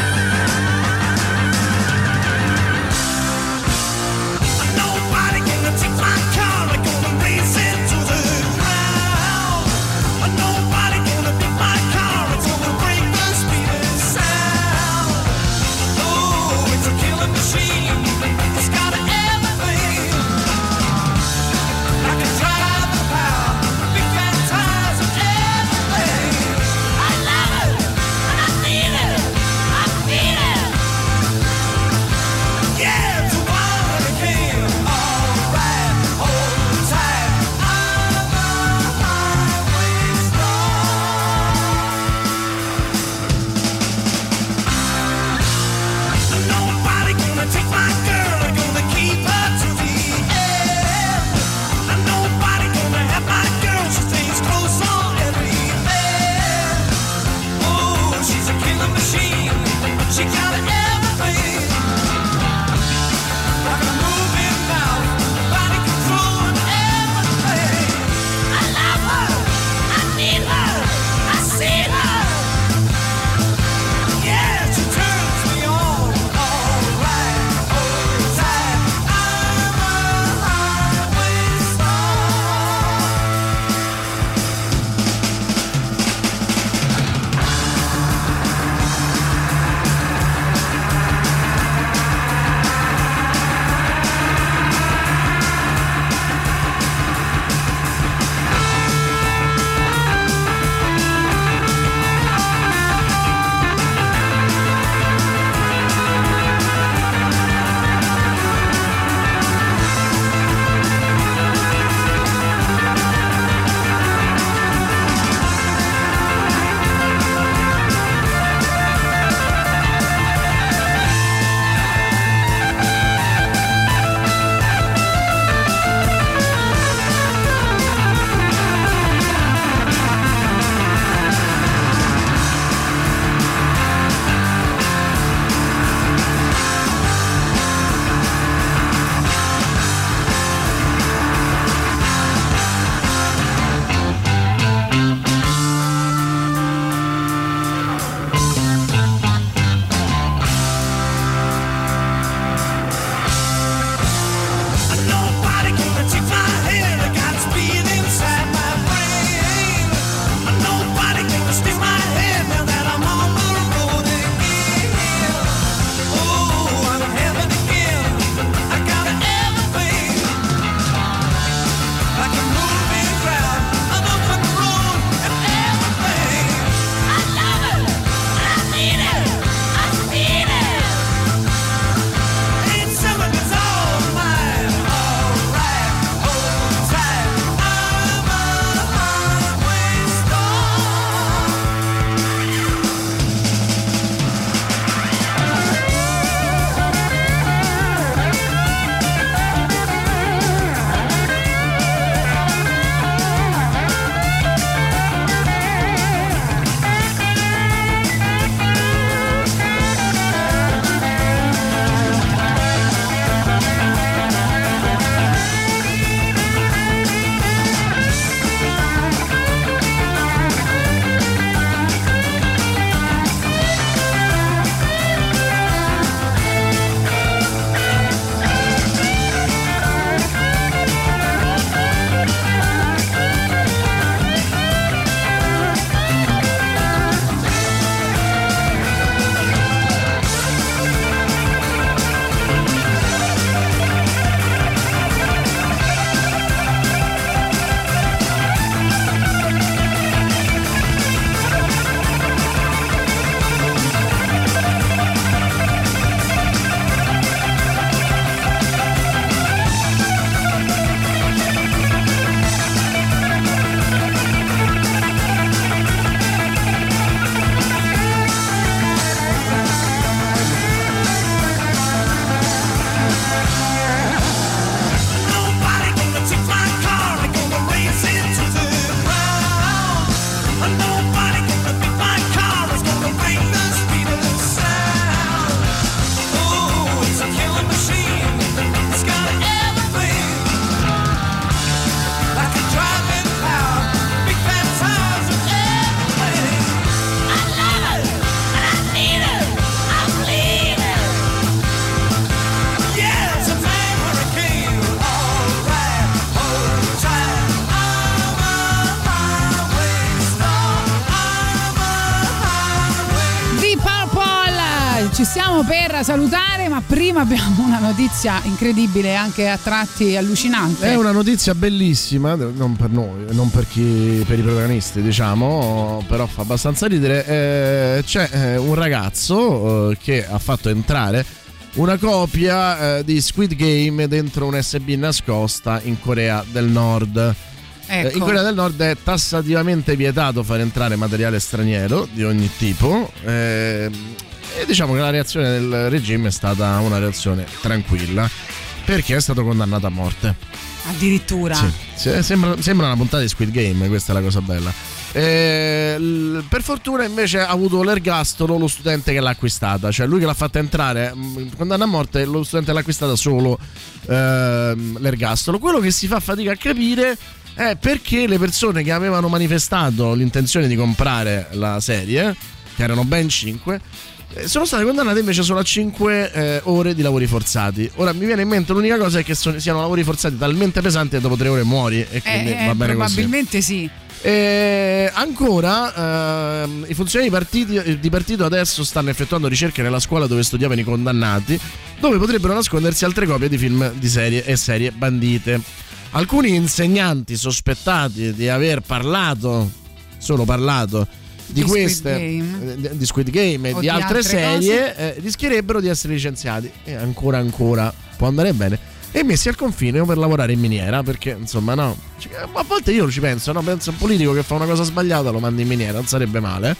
Ci stiamo per salutare, ma prima abbiamo una notizia incredibile, anche a tratti allucinante. È una notizia bellissima, non per noi, non per chi, per i protagonisti, diciamo, però fa abbastanza ridere. Eh, c'è eh, un ragazzo eh, che ha fatto entrare una copia eh, di Squid Game dentro un U S B nascosta in Corea del Nord. Ecco. Eh, in Corea del Nord è tassativamente vietato far entrare materiale straniero di ogni tipo. Eh, E diciamo che la reazione del regime è stata una reazione tranquilla, perché è stato condannato a morte. Addirittura. Sì, sembra, sembra una puntata di Squid Game, questa è la cosa bella. Eh, l- per fortuna invece ha avuto l'ergastolo lo studente che l'ha acquistata, cioè lui che l'ha fatta entrare, mh, condanna a morte, lo studente l'ha acquistata solo ehm, l'ergastolo. Quello che si fa fatica a capire è perché le persone che avevano manifestato l'intenzione di comprare la serie, che erano ben cinque, sono state condannate invece solo a cinque eh, ore di lavori forzati. Ora mi viene in mente l'unica cosa è che sono, siano lavori forzati talmente pesanti che dopo tre ore muori, e quindi eh, va bene probabilmente così. sì. E ancora ehm, i funzionari di, partiti, di partito adesso stanno effettuando ricerche nella scuola dove studiavano i condannati, dove potrebbero nascondersi altre copie di film di serie e serie bandite. Alcuni insegnanti sospettati di aver parlato, solo parlato di, di queste Squid eh, di Squid Game e o di altre, altre serie eh, rischierebbero di essere licenziati, e ancora ancora può andare bene, e messi al confine per lavorare in miniera, perché insomma no, a volte io ci penso, no, penso a un politico che fa una cosa sbagliata lo mandi in miniera, non sarebbe male.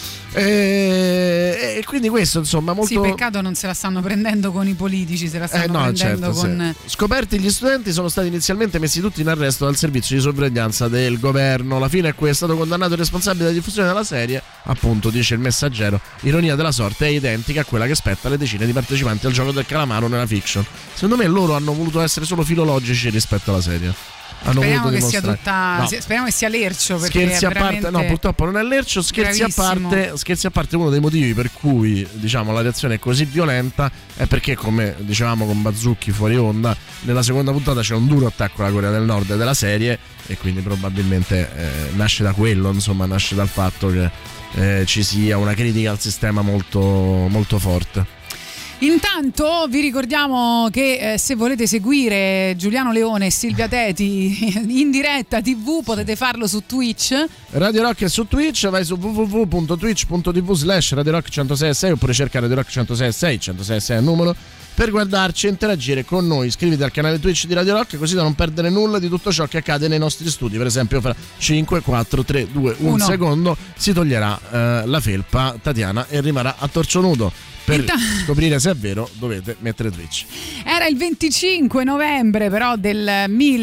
E, e quindi questo insomma molto... Sì, peccato non se la stanno prendendo con i politici, se la stanno eh no, prendendo certo, con... sì. Scoperti gli studenti, sono stati inizialmente messi tutti in arresto dal servizio di sorveglianza del governo. La fine è che è stato condannato il responsabile della diffusione della serie, appunto, dice il Messaggero. Ironia della sorte, è identica a quella che spetta alle decine di partecipanti al gioco del calamaro nella fiction. Secondo me loro hanno voluto essere solo filologici rispetto alla serie. Hanno Speriamo che sia dimostrare. tutta. No. Speriamo che sia lercio. Perché Scherzi è a parte, veramente no, purtroppo non è lercio. Scherzi a, parte, scherzi a parte, uno dei motivi per cui diciamo la reazione è così violenta è perché, come dicevamo con Bazzucchi fuori onda, nella seconda puntata c'è un duro attacco alla Corea del Nord della serie, e quindi probabilmente eh, nasce da quello, insomma, nasce dal fatto che eh, ci sia una critica al sistema molto, molto forte. Intanto vi ricordiamo che eh, se volete seguire Giuliano Leone e Silvia Teti in diretta tivù potete farlo su Twitch. Radio Rock è su Twitch, vai su w w w punto twitch punto t v slash Radio Rock centosei e sei, oppure cerca Radio Rock centosei e sei, centosei e sei è il numero, per guardarci e interagire con noi. Iscriviti al canale Twitch di Radio Rock, così da non perdere nulla di tutto ciò che accade nei nostri studi. Per esempio fra cinque, quattro, tre, due, uno secondo si toglierà eh, la felpa Tatiana e rimarrà a torso nudo. Per Intanto... scoprire se è vero dovete mettere Twitch. Era il venticinque novembre però del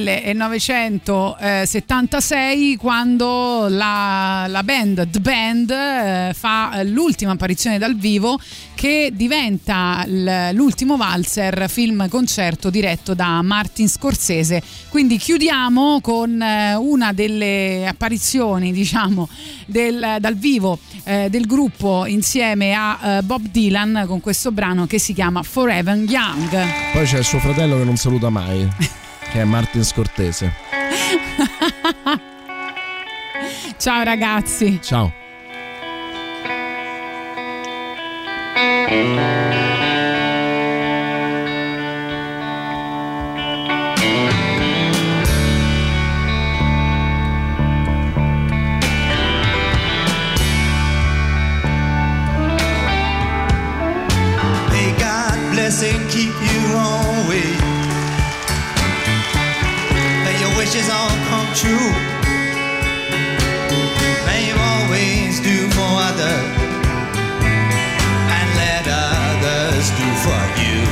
millenovecentosettantasei quando la, la band The Band eh, fa l'ultima apparizione dal vivo, che diventa l'ultimo valzer, film concerto diretto da Martin Scorsese. Quindi chiudiamo con eh, una delle apparizioni, diciamo, del, dal vivo eh, del gruppo insieme a eh, Bob Dylan, con questo brano che si chiama Forever Young. Poi c'è il suo fratello che non saluta mai, che è Martin Scorsese. Ciao ragazzi. Ciao. And keep you always. May your wishes all come true. May you always do for others and let others do for you.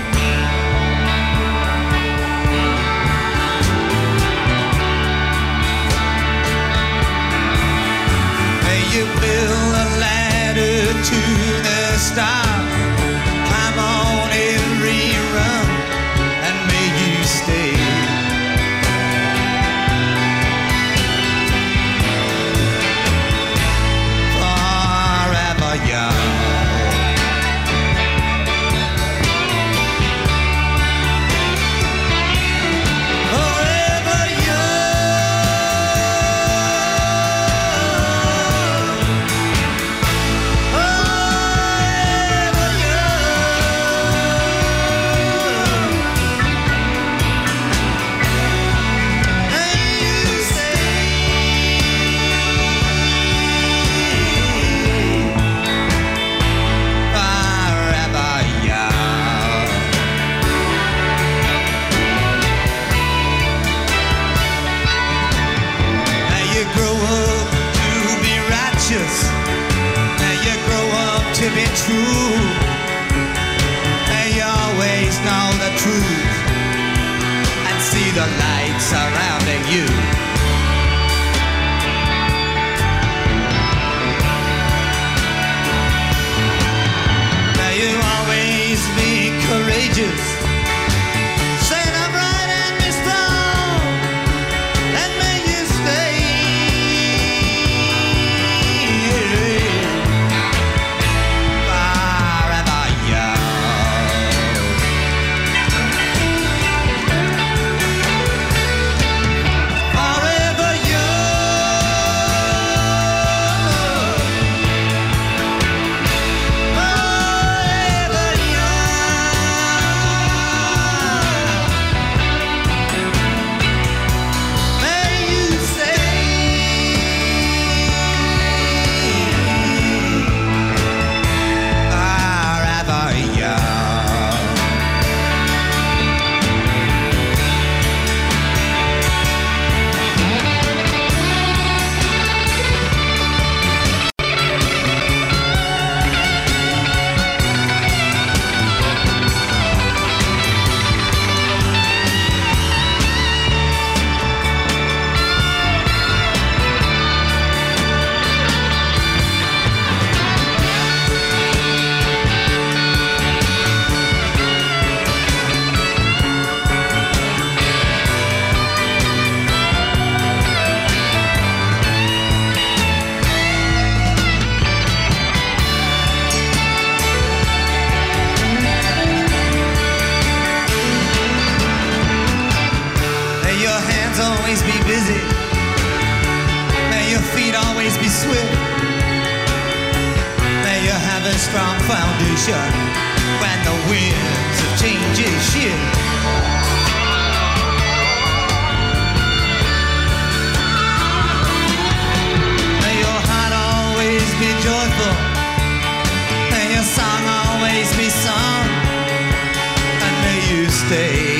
May you build a ladder to the stars. Climb on every run and may you stay. true. May you always know the truth and see the light surrounding you. May you always be courageous. Strong foundation when the winds of change shift. May your heart always be joyful. May your song always be sung, and may you stay.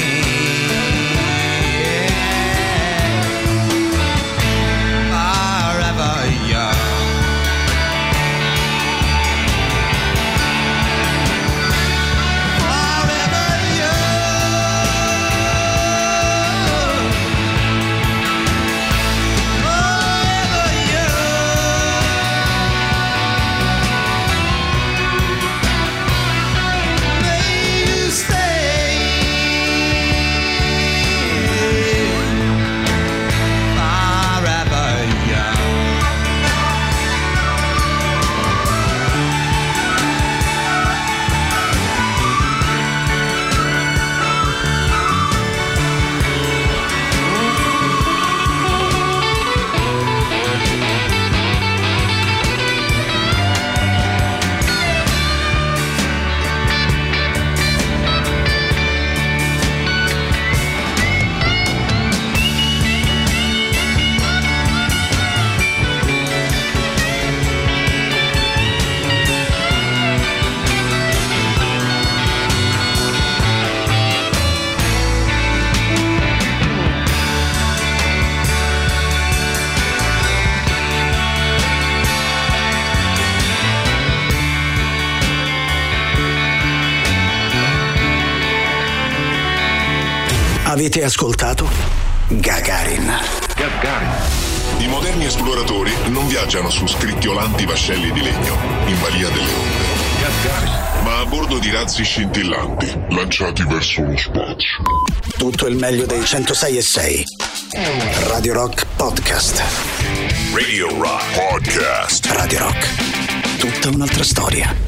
Avete ascoltato Gagarin. Gagarin. I moderni esploratori non viaggiano su scricchiolanti vascelli di legno in balia delle onde. Gagarin. Ma a bordo di razzi scintillanti lanciati verso lo spazio. Tutto il meglio dei centosei e sei. Radio Rock Podcast. Radio Rock Podcast. Radio Rock. Tutta un'altra storia.